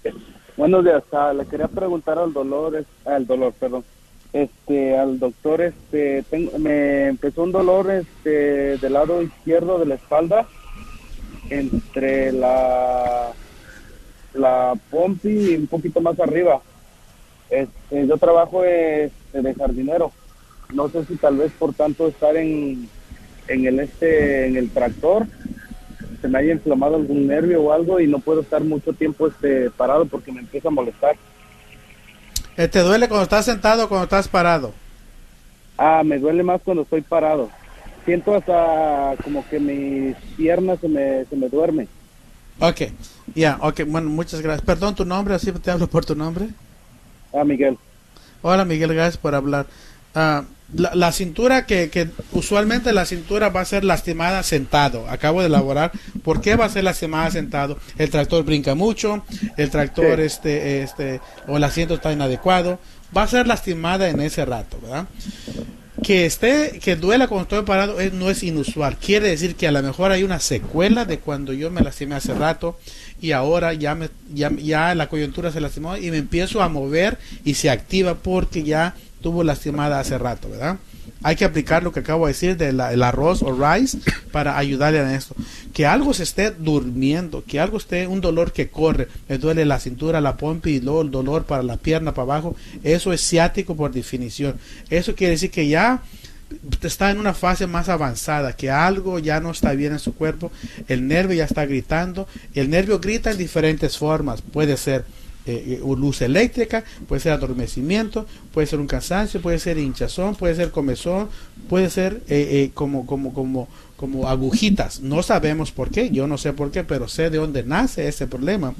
buenos días. Uh, le quería preguntar al dolor, al dolor, perdón, este, al doctor, este, tengo, me empezó un dolor, este, del lado izquierdo de la espalda, entre la, la pompi y un poquito más arriba. Este, yo trabajo este, de jardinero. No sé si tal vez por tanto estar en, en el este, en el tractor, se me haya inflamado algún nervio o algo y no puedo estar mucho tiempo este parado porque me empieza a molestar. ¿Te duele cuando estás sentado o cuando estás parado? Ah, me duele más cuando estoy parado. Siento hasta como que mis piernas se me, se me duermen. Ok, ya, yeah, ok, bueno, muchas gracias. Perdón, tu nombre, así te hablo por tu nombre. Ah, Miguel. Hola, Miguel, gracias por hablar. Uh, la, la cintura que, que usualmente la cintura va a ser lastimada sentado. Acabo de elaborar por qué va a ser lastimada sentado. El tractor brinca mucho, el tractor sí. este, este, o el asiento está inadecuado. Va a ser lastimada en ese rato, ¿verdad? Que esté, que duela cuando estoy parado es, no es inusual. Quiere decir que a lo mejor hay una secuela de cuando yo me lastimé hace rato y ahora ya me, ya, ya la coyuntura se lastimó y me empiezo a mover y se activa porque ya tuvo lastimada hace rato, ¿verdad? Hay que aplicar lo que acabo de decir del el arroz o rice para ayudarle a esto. Que algo se esté durmiendo, que algo esté, un dolor que corre, me duele la cintura, la pompa y luego el dolor para la pierna, para abajo, eso es ciático por definición. Eso quiere decir que ya está en una fase más avanzada, que algo ya no está bien en su cuerpo, el nervio ya está gritando, el nervio grita en diferentes formas, puede ser Eh, luz eléctrica, puede ser adormecimiento, puede ser un cansancio, puede ser hinchazón, puede ser comezón, puede ser eh, eh, como como como como agujitas. No sabemos por qué, yo no sé por qué, pero sé de dónde nace ese problema.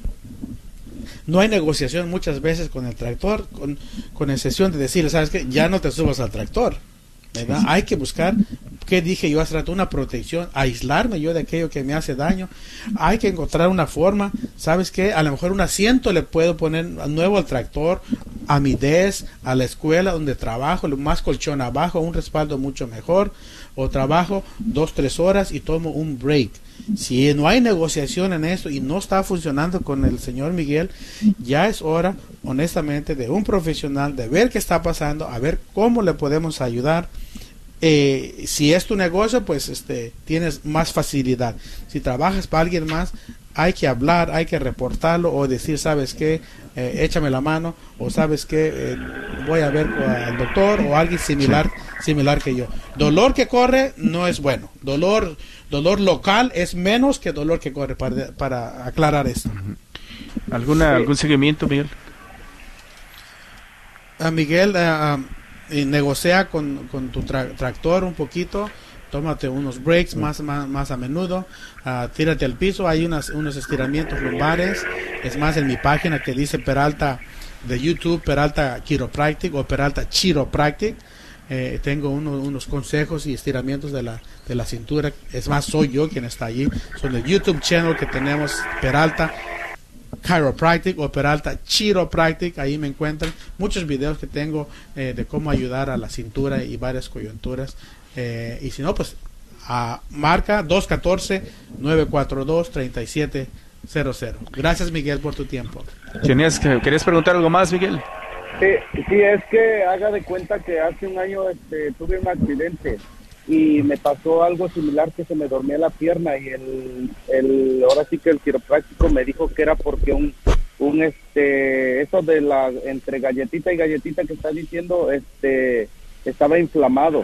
No hay negociación muchas veces con el tractor, con, con excepción de decirle, sabes que ya no te subas al tractor, ¿verdad? Hay que buscar, ¿qué dije yo hace rato? Una protección, aislarme yo de aquello que me hace daño. Hay que encontrar una forma, ¿sabes qué? A lo mejor un asiento le puedo poner nuevo al tractor, a mi desk, a la escuela donde trabajo, más colchón abajo, un respaldo mucho mejor, o trabajo dos, tres horas y tomo un break. Si no hay negociación en eso y no está funcionando con el señor Miguel, ya es hora, honestamente, de un profesional, de ver qué está pasando, a ver cómo le podemos ayudar. Eh, si es tu negocio, pues este tienes más facilidad. Si trabajas para alguien más, hay que hablar, hay que reportarlo o decir, sabes qué, eh, échame la mano, o sabes qué, eh, voy a ver al doctor o alguien similar similar que yo. Dolor que corre no es bueno. Dolor dolor local es menos que dolor que corre, para, para aclarar esto. ¿Alguna, algún seguimiento, Miguel? A Miguel, uh, uh, negocia con, con tu tra tractor un poquito, tómate unos breaks más, más, más a menudo, uh, tírate al piso, hay unas, unos estiramientos lumbares, es más en mi página que dice Peralta de YouTube, Peralta Chiropractic o Peralta Chiropractic, eh, tengo uno, unos consejos y estiramientos de la, de la cintura, es más soy yo quien está allí, son el YouTube channel que tenemos Peralta Chiropractic o Peralta Chiropractic, ahí me encuentran muchos videos que tengo eh, de cómo ayudar a la cintura y varias coyunturas, eh, y si no pues a marca dos uno cuatro, nueve cuatro dos, tres siete cero cero. Gracias, Miguel, por tu tiempo. ¿Querías, ¿Querías preguntar algo más, Miguel? Sí, sí, es que haga de cuenta que hace un año este, tuve un accidente y me pasó algo similar, que se me dormía la pierna y el, el ahora sí que el quiropráctico me dijo que era porque un un este eso de la entre galletita y galletita que está diciendo este estaba inflamado.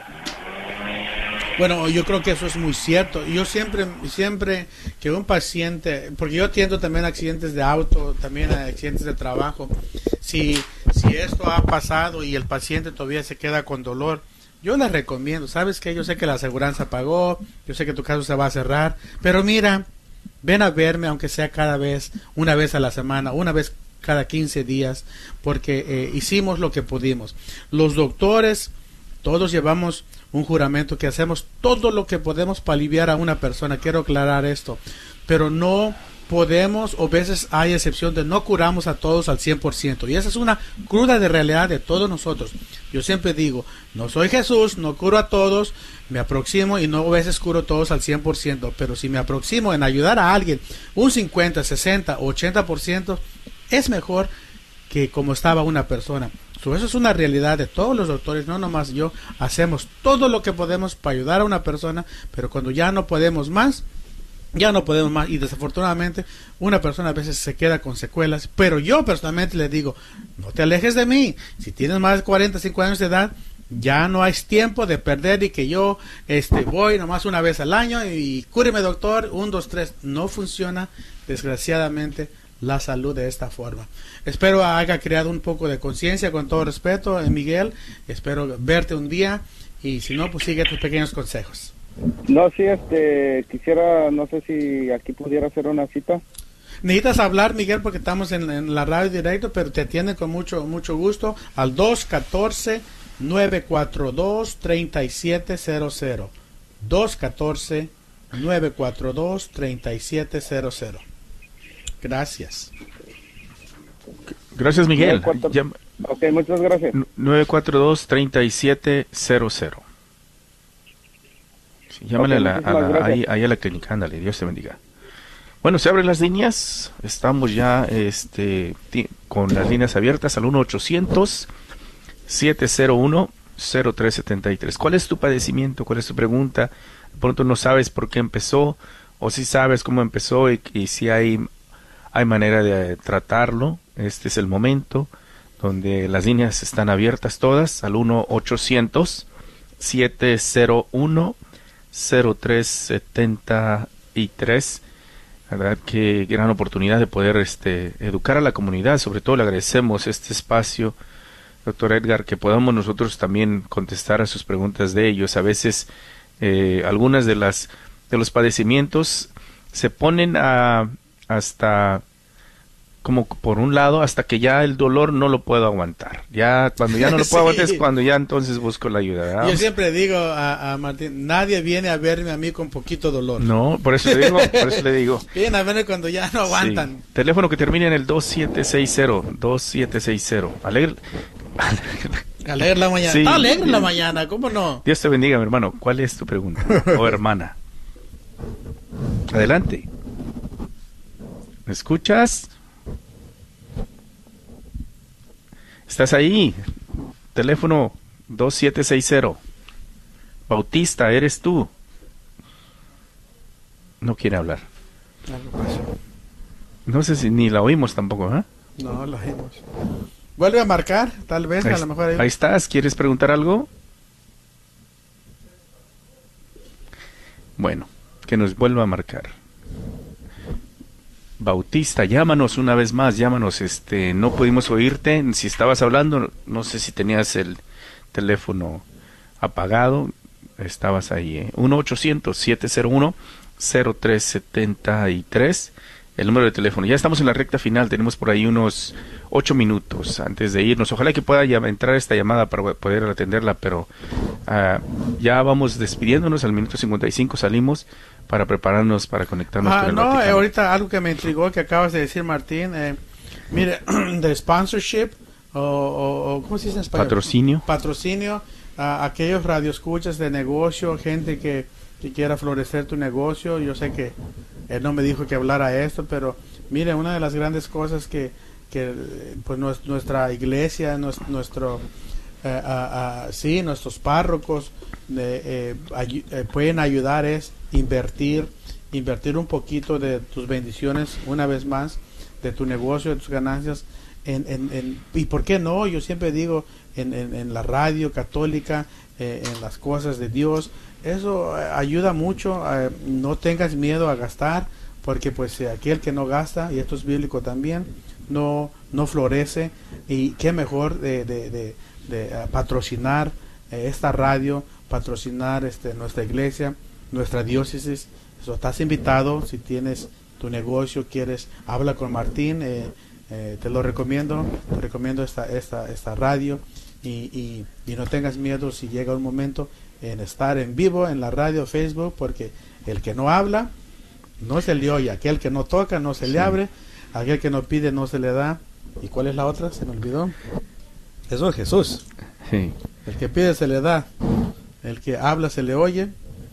Bueno, yo creo que eso es muy cierto. Yo siempre, siempre que un paciente, porque yo atiendo también accidentes de auto, también accidentes de trabajo, si, si esto ha pasado y el paciente todavía se queda con dolor, yo les recomiendo, ¿sabes qué? Yo sé que la aseguranza pagó, yo sé que tu caso se va a cerrar, pero mira, ven a verme aunque sea cada vez, una vez a la semana, una vez cada quince días, porque eh, hicimos lo que pudimos. Los doctores, todos llevamos un juramento que hacemos todo lo que podemos para aliviar a una persona. Quiero aclarar esto, pero no podemos, o a veces hay excepción de no curamos a todos al cien por ciento, y esa es una cruda de realidad de todos nosotros. Yo siempre digo, no soy Jesús, no curo a todos, me aproximo y no a veces curo a todos al cien por ciento, pero si me aproximo en ayudar a alguien un cincuenta, sesenta, ochenta por ciento, es mejor que como estaba una persona. So, eso es una realidad de todos los doctores, no nomás yo. Hacemos todo lo que podemos para ayudar a una persona, pero cuando ya no podemos más, ya no podemos más, y desafortunadamente una persona a veces se queda con secuelas. Pero yo personalmente le digo, no te alejes de mí. Si tienes más de cuarenta, cincuenta años de edad, ya no hay tiempo de perder y que yo este voy nomás una vez al año y cúreme, doctor, un, dos, tres. No funciona, desgraciadamente. la salud de esta forma. Espero haya creado un poco de conciencia, con todo respeto, eh, Miguel. Espero verte un día y si no, pues sigue tus pequeños consejos. No, sí, este, quisiera, no sé si aquí pudiera hacer una cita. Necesitas hablar, Miguel, porque estamos en, en la radio directo, pero te atienden con mucho mucho gusto al dos uno cuatro, nueve cuatro dos, tres siete cero cero. dos uno cuatro, nueve cuatro dos, tres siete cero cero. Gracias. Gracias, Miguel. Llama... Ok, muchas gracias. nueve cuatro dos, tres siete cero cero. Sí, llámale okay, a la, a la, ahí, ahí a la clínica, ándale, Dios te bendiga. Bueno, se abren las líneas, estamos ya este, con las líneas abiertas al uno ochocientos, siete cero uno, cero tres siete tres. ¿Cuál es tu padecimiento? ¿Cuál es tu pregunta? De pronto no sabes por qué empezó, o si sabes cómo empezó y, y si hay, hay manera de tratarlo. Este es el momento donde las líneas están abiertas todas al uno ochocientos, siete cero uno, cero tres siete tres. Verdad que gran oportunidad de poder este educar a la comunidad. Sobre todo le agradecemos este espacio, doctor Edgar, que podamos nosotros también contestar a sus preguntas de ellos. A veces eh, algunas de las de los padecimientos se ponen a hasta como por un lado hasta que ya el dolor no lo puedo aguantar. Ya cuando ya no lo puedo sí. aguantar es cuando ya entonces busco la ayuda, ¿verdad? Yo siempre digo a, a Martín, nadie viene a verme a mí con poquito dolor. No, por eso le digo, por eso le digo. Vienen a verme cuando ya no aguantan. Sí. Teléfono que termina en el dos siete seis cero, dos siete seis cero. Alegre. Alegre la mañana. Sí. Está alegre la mañana, ¿cómo no? Dios te bendiga, mi hermano. ¿Cuál es tu pregunta? O hermana. Adelante. ¿Me escuchas? ¿Estás ahí? Teléfono dos siete seis cero. Bautista, ¿eres tú? No quiere hablar. Algo pasó. No sé si ni la oímos tampoco, ¿eh? No, la oímos. Vuelve a marcar, tal vez, ahí, a lo mejor. Ahí... ahí estás, ¿quieres preguntar algo? Bueno, que nos vuelva a marcar. Bautista, llámanos una vez más, llámanos, este, no pudimos oírte, si estabas hablando, no sé si tenías el teléfono apagado, estabas ahí, ¿eh? uno ochocientos, siete cero uno, cero tres siete tres, el número de teléfono. Ya estamos en la recta final, tenemos por ahí unos ocho minutos antes de irnos, ojalá que pueda ya entrar esta llamada para poder atenderla, pero uh, ya vamos despidiéndonos, al minuto cincuenta y cinco salimos para prepararnos para conectarnos ah, con el no, Vaticano. Eh, ahorita algo que me intrigó que acabas de decir, Martín, eh, mire, de sponsorship o, o, o ¿cómo se dice en español? Patrocinio. Patrocinio a aquellos radioescuchas de negocio, gente que, que quiera florecer tu negocio. Yo sé que él no me dijo que hablara esto, pero mire, una de las grandes cosas que, que pues nuestra iglesia, nuestro, nuestro eh, a, a, sí, nuestros párrocos de, eh, ay, eh, pueden ayudar es invertir, invertir un poquito de tus bendiciones, una vez más, de tu negocio, de tus ganancias, en, en, en y por qué no, yo siempre digo, en, en, en la radio católica, eh, en las cosas de Dios, eso eh, ayuda mucho, eh, no tengas miedo a gastar, porque pues eh, aquel que no gasta, y esto es bíblico también, no, no florece, y qué mejor de, de, de, de uh, patrocinar eh, esta radio, patrocinar este, nuestra iglesia, nuestra diócesis. Eso, estás invitado, si tienes tu negocio, quieres, habla con Martín, eh, eh, te lo recomiendo, te recomiendo esta, esta, esta radio, y, y, y no tengas miedo si llega un momento en estar en vivo en la radio, Facebook, porque el que no habla no se le oye, aquel que no toca no se le sí. abre, aquel que no pide no se le da. ¿Y cuál es la otra? Se me olvidó. Eso es Jesús. Sí. El que pide se le da, el que habla se le oye,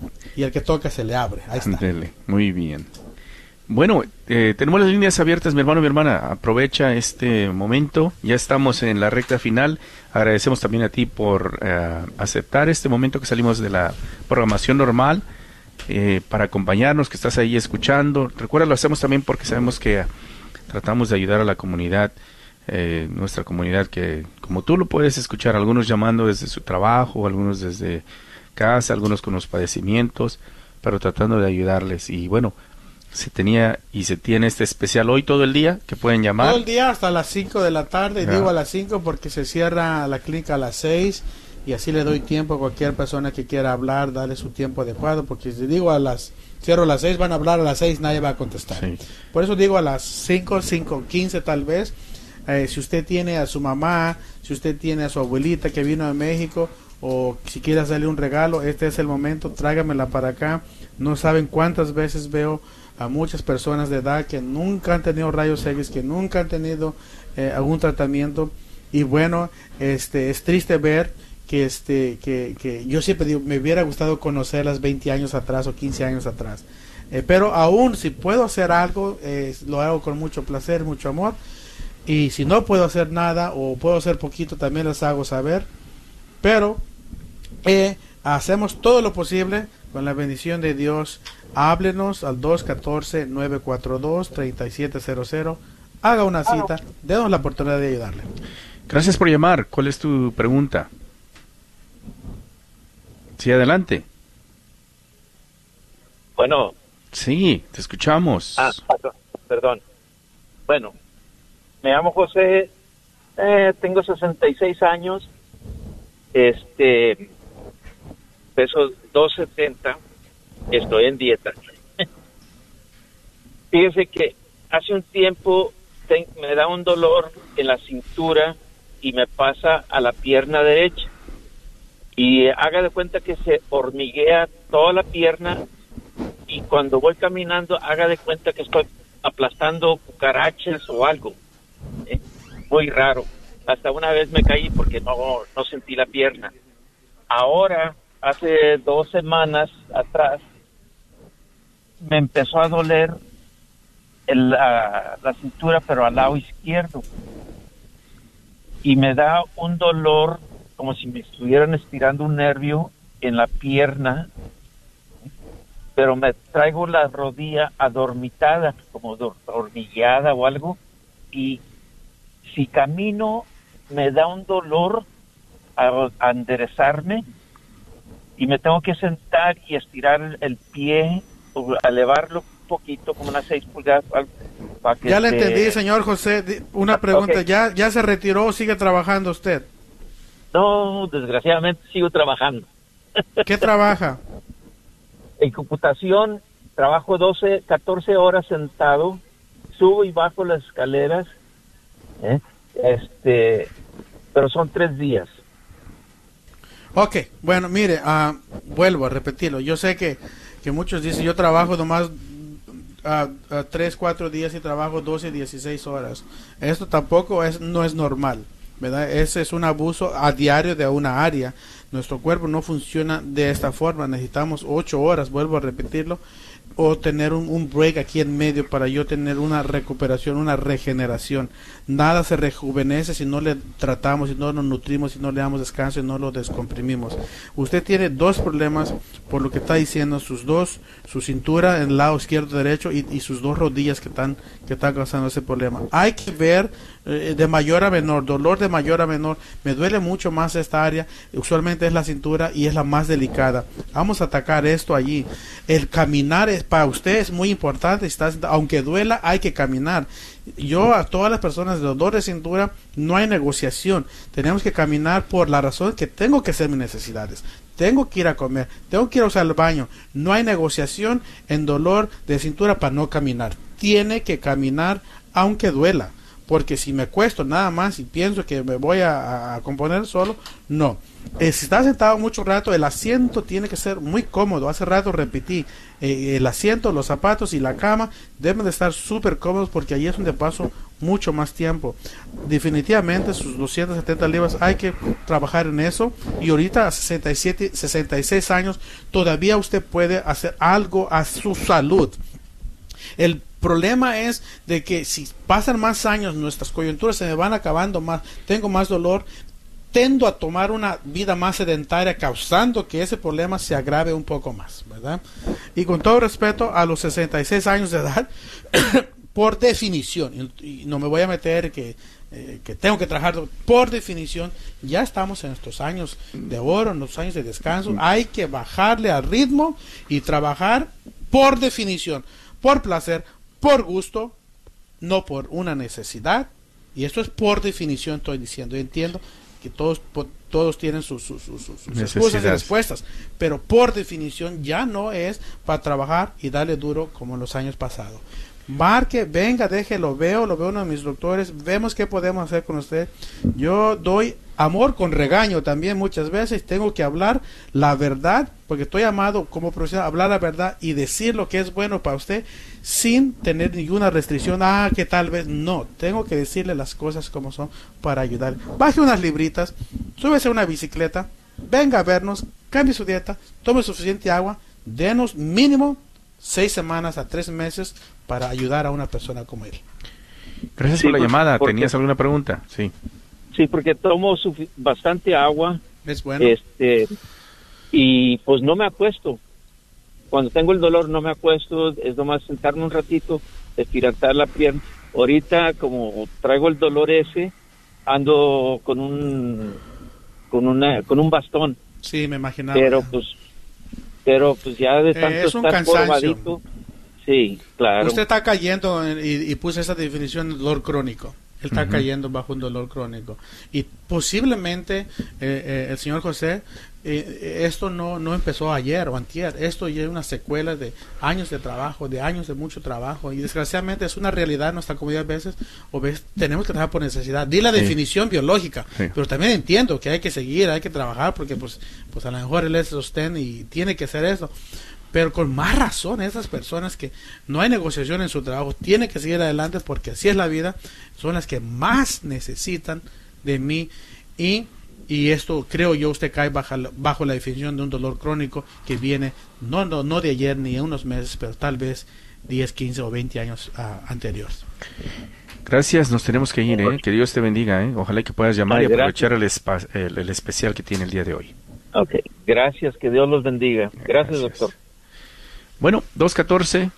y el que toca se le abre. Ahí está. Dele. Muy bien. Bueno, eh, tenemos las líneas abiertas, mi hermano, mi hermana. Aprovecha este momento. Ya estamos en la recta final. Agradecemos también a ti por eh, aceptar este momento que salimos de la programación normal eh, para acompañarnos, que estás ahí escuchando. Recuerda, lo hacemos también porque sabemos que tratamos de ayudar a la comunidad, eh, nuestra comunidad, que como tú lo puedes escuchar, algunos llamando desde su trabajo, algunos desde casa, algunos con los padecimientos, pero tratando de ayudarles. Y bueno, Se tenía y se tiene este especial hoy todo el día, que pueden llamar. Todo el día hasta las cinco de la tarde, Ya. digo a las cinco porque se cierra la clínica a las seis y así le doy tiempo a cualquier persona que quiera hablar, darle su tiempo adecuado, porque si digo a las, cierro a las seis, van a hablar a las seis, nadie va a contestar. Sí. Por eso digo a las cinco, cinco quince tal vez. Eh, si usted tiene a su mamá, si usted tiene a su abuelita que vino de México, o si quiere hacerle un regalo, este es el momento, tráigamela para acá. No saben cuántas veces veo a muchas personas de edad que nunca han tenido rayos X, que nunca han tenido eh, algún tratamiento, y bueno, este es triste ver que este que, que yo siempre digo, me hubiera gustado conocerlas veinte años atrás o quince años atrás, eh, pero aún si puedo hacer algo, eh, lo hago con mucho placer, mucho amor, y si no puedo hacer nada o puedo hacer poquito, también les hago saber, pero eh, hacemos todo lo posible con la bendición de Dios. Háblenos al dos uno cuatro, nueve cuatro dos, tres siete cero cero, haga una cita, denos la oportunidad de ayudarle. Gracias por llamar. ¿Cuál es tu pregunta? Sí, adelante. Bueno. Sí, te escuchamos. Ah, perdón. Bueno, me llamo José, eh, tengo sesenta y seis años, este, peso doscientos setenta, estoy en dieta. Fíjese que hace un tiempo te, me da un dolor en la cintura y me pasa a la pierna derecha. Y haga de cuenta que se hormiguea toda la pierna, y cuando voy caminando haga de cuenta que estoy aplastando cucarachas o algo. ¿eh? Muy raro. Hasta una vez me caí porque no, no sentí la pierna. Ahora, hace dos semanas atrás, me empezó a doler el, la, la cintura, pero al lado izquierdo. Y me da un dolor como si me estuvieran estirando un nervio en la pierna, pero me traigo la rodilla adormitada, como hormigueada o algo, y si camino me da un dolor a, a enderezarme, y me tengo que sentar y estirar el pie, o elevarlo un poquito, como unas seis pulgadas. Para que ya le te... entendí, señor José. Una pregunta, okay. ¿ya, ¿ya se retiró o sigue trabajando usted? No, desgraciadamente sigo trabajando. ¿Qué trabaja? En computación, trabajo doce, catorce horas sentado, subo y bajo las escaleras, ¿eh? este, pero son tres días. Ok, bueno, mire, uh, vuelvo a repetirlo. Yo sé que, que muchos dicen, yo trabajo nomás uh, uh, tres, cuatro días y trabajo doce, dieciséis horas. Esto tampoco es, no es normal, ¿verdad? Ese es un abuso a diario de una área. Nuestro cuerpo no funciona de esta forma. Necesitamos ocho horas, vuelvo a repetirlo, o tener un, un break aquí en medio para yo tener una recuperación, una regeneración. Nada se rejuvenece si no le tratamos, si no nos nutrimos, si no le damos descanso y no lo descomprimimos. Usted tiene dos problemas por lo que está diciendo, sus dos, su cintura en el lado izquierdo, derecho, y, y sus dos rodillas que están, que están causando ese problema. Hay que ver eh, de mayor a menor, dolor de mayor a menor. Me duele mucho más esta área, usualmente es la cintura y es la más delicada. Vamos a atacar esto allí. El caminar es, para usted es muy importante, está, aunque duela hay que caminar. Yo a todas las personas de dolor de cintura no hay negociación, tenemos que caminar por la razón que tengo que hacer mis necesidades, tengo que ir a comer, tengo que ir a usar el baño. No hay negociación en dolor de cintura para no caminar, tiene que caminar aunque duela, porque si me cuesto nada más y pienso que me voy a, a componer solo, no. Eh, si está sentado mucho rato, el asiento tiene que ser muy cómodo. Hace rato repetí, eh, el asiento, los zapatos y la cama deben de estar súper cómodos, porque ahí es donde paso mucho más tiempo. Definitivamente sus doscientas setenta libras hay que trabajar en eso, y ahorita a sesenta y siete, sesenta y seis años todavía usted puede hacer algo a su salud. El problema es de que si pasan más años, nuestras coyunturas se me van acabando más, tengo más dolor, tendo a tomar una vida más sedentaria, causando que ese problema se agrave un poco más, ¿verdad? Y con todo respeto a los sesenta y seis años de edad, por definición, y no me voy a meter que, eh, que tengo que trabajar, por definición, ya estamos en estos años de oro, en los años de descanso, hay que bajarle al ritmo y trabajar por definición. por placer, por gusto, no por una necesidad. Y esto es por definición, estoy diciendo. Yo entiendo que todos todos tienen sus, sus, sus, sus excusas y respuestas, pero por definición ya no es para trabajar y darle duro como en los años pasados. Marque, venga, déjelo, veo, lo veo uno de mis doctores, vemos qué podemos hacer con usted. Yo doy amor con regaño también muchas veces, tengo que hablar la verdad, porque estoy llamado como profesional a hablar la verdad y decir lo que es bueno para usted sin tener ninguna restricción, ah, que tal vez no, tengo que decirle las cosas como son para ayudar. Baje unas libritas, súbese a una bicicleta, venga a vernos, cambie su dieta, tome suficiente agua, denos mínimo seis semanas a tres meses para ayudar a una persona como él. Gracias sí, por la llamada. Porque, ¿tenías alguna pregunta? Sí. Sí, porque tomo bastante agua. Es bueno. Este, y pues no me acuesto. Cuando tengo el dolor no me acuesto, es nomás sentarme un ratito, estirar la pierna. Ahorita como traigo el dolor ese, ando con un con una con un bastón. Sí, me imaginaba. Pero pues pero pues ya de tanto eh, es un estar cansancio. Sí, claro. Usted está cayendo en, y, y puse esa definición de dolor crónico. Él está uh-huh. cayendo bajo un dolor crónico. Y posiblemente, eh, eh, el señor José, eh, esto no, no empezó ayer o antier. Esto ya es una secuela de años de trabajo, de años de mucho trabajo. Y desgraciadamente es una realidad en nuestra comunidad a veces. O ves, tenemos que trabajar por necesidad. Di la sí. definición biológica. Sí. Pero también entiendo que hay que seguir, hay que trabajar, porque pues, pues a lo mejor él es sostén y tiene que hacer eso. Pero con más razón esas personas que no hay negociación en su trabajo tienen que seguir adelante, porque así es la vida, son las que más necesitan de mí. Y, y esto creo yo usted cae bajo, bajo la definición de un dolor crónico que viene no, no, no de ayer ni de unos meses, pero tal vez diez, quince o veinte años uh, anteriores. Gracias, nos tenemos que ir, ¿eh? Que Dios te bendiga, ¿eh? Ojalá que puedas llamar Ay, y aprovechar el, spa, el, el especial que tiene el día de hoy. Ok, gracias, que Dios los bendiga. Gracias, gracias. doctor. Bueno, dos uno cuatro,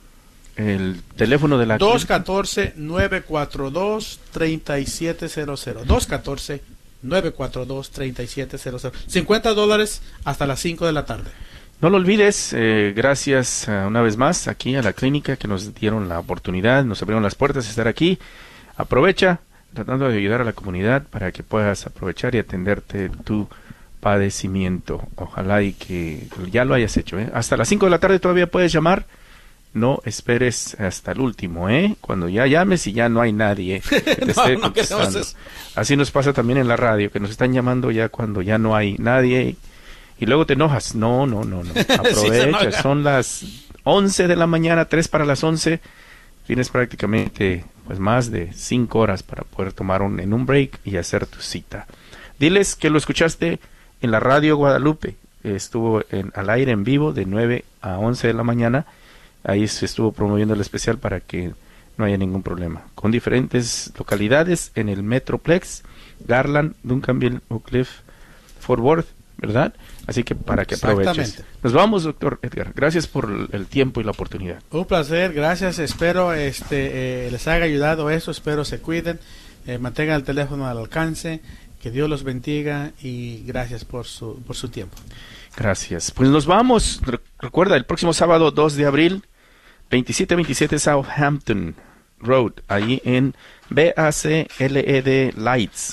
el teléfono de la... dos uno cuatro, nueve cuatro dos, tres siete cero cero. dos uno cuatro, nueve cuatro dos, tres siete cero cero. cincuenta dólares hasta las cinco de la tarde. No lo olvides, eh, gracias uh, una vez más aquí a la clínica que nos dieron la oportunidad, nos abrieron las puertas de estar aquí. Aprovecha, tratando de ayudar a la comunidad para que puedas aprovechar y atenderte tu padecimiento. Ojalá y que ya lo hayas hecho, ¿eh? Hasta las cinco de la tarde todavía puedes llamar. No esperes hasta el último, ¿eh? Cuando ya llames y ya no hay nadie que te no, esté contestando. No Así nos pasa también en la radio, que nos están llamando ya cuando ya no hay nadie y luego te enojas. No, no, no, no. Aprovecha. Sí, son las once de la mañana, tres para las once. Tienes prácticamente pues más de cinco horas para poder tomar un, en un break y hacer tu cita. Diles que lo escuchaste en la radio Guadalupe, estuvo en, al aire en vivo de nueve a once de la mañana, ahí se estuvo promoviendo el especial para que no haya ningún problema, con diferentes localidades en el Metroplex, Garland, Duncanville, Oak Cliff, Fort Worth, ¿verdad? Así que para que aproveches. Nos vamos, doctor Edgar, gracias por el tiempo y la oportunidad. Un placer, gracias, espero este eh, les haya ayudado eso, espero se cuiden, eh, mantengan el teléfono al alcance. Que Dios los bendiga y gracias por su por su tiempo. Gracias. Pues nos vamos. Recuerda, el próximo sábado dos de abril, veintisiete veintisiete Southampton Road, ahí en B A C L E D Lights.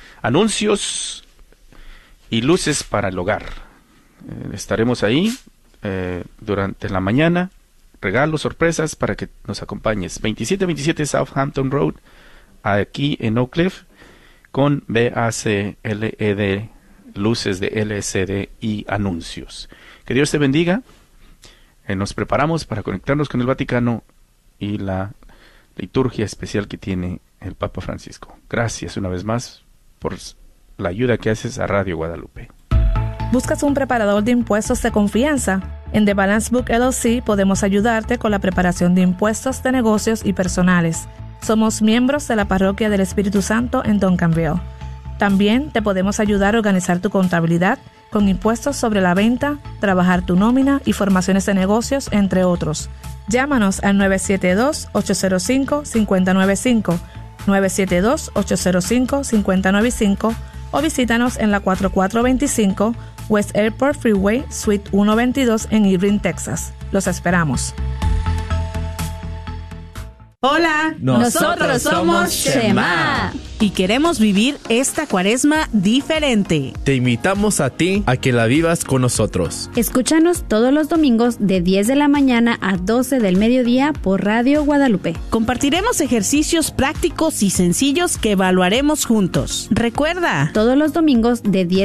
Anuncios y luces para el hogar. Eh, estaremos ahí eh, durante la mañana. Regalos, sorpresas para que nos acompañes. veintisiete veintisiete Southampton Road, aquí en Oak Cliff, con B A C L E D, luces de L C D y anuncios. Que Dios te bendiga. Eh, nos preparamos para conectarnos con el Vaticano y la liturgia especial que tiene el Papa Francisco. Gracias una vez más por la ayuda que haces a Radio Guadalupe. ¿Buscas un preparador de impuestos de confianza? En The Balance Book L L C podemos ayudarte con la preparación de impuestos de negocios y personales. Somos miembros de la Parroquia del Espíritu Santo en Duncanville. También te podemos ayudar a organizar tu contabilidad con impuestos sobre la venta, trabajar tu nómina y formaciones de negocios, entre otros. Llámanos al nueve siete dos, ocho cero cinco, cinco cero nueve cinco, nueve siete dos, ocho cero cinco, cinco cero nueve cinco o visítanos en la cuatro cuatro veinticinco West Airport Freeway, Suite ciento veintidós en Irving, Texas. Los esperamos. Hola, nosotros somos Shema y queremos vivir esta Cuaresma diferente. Te invitamos a ti a que la vivas con nosotros. Escúchanos todos los domingos de diez de la mañana a doce del mediodía por Radio Guadalupe. Compartiremos ejercicios prácticos y sencillos que evaluaremos juntos. Recuerda, todos los domingos de diez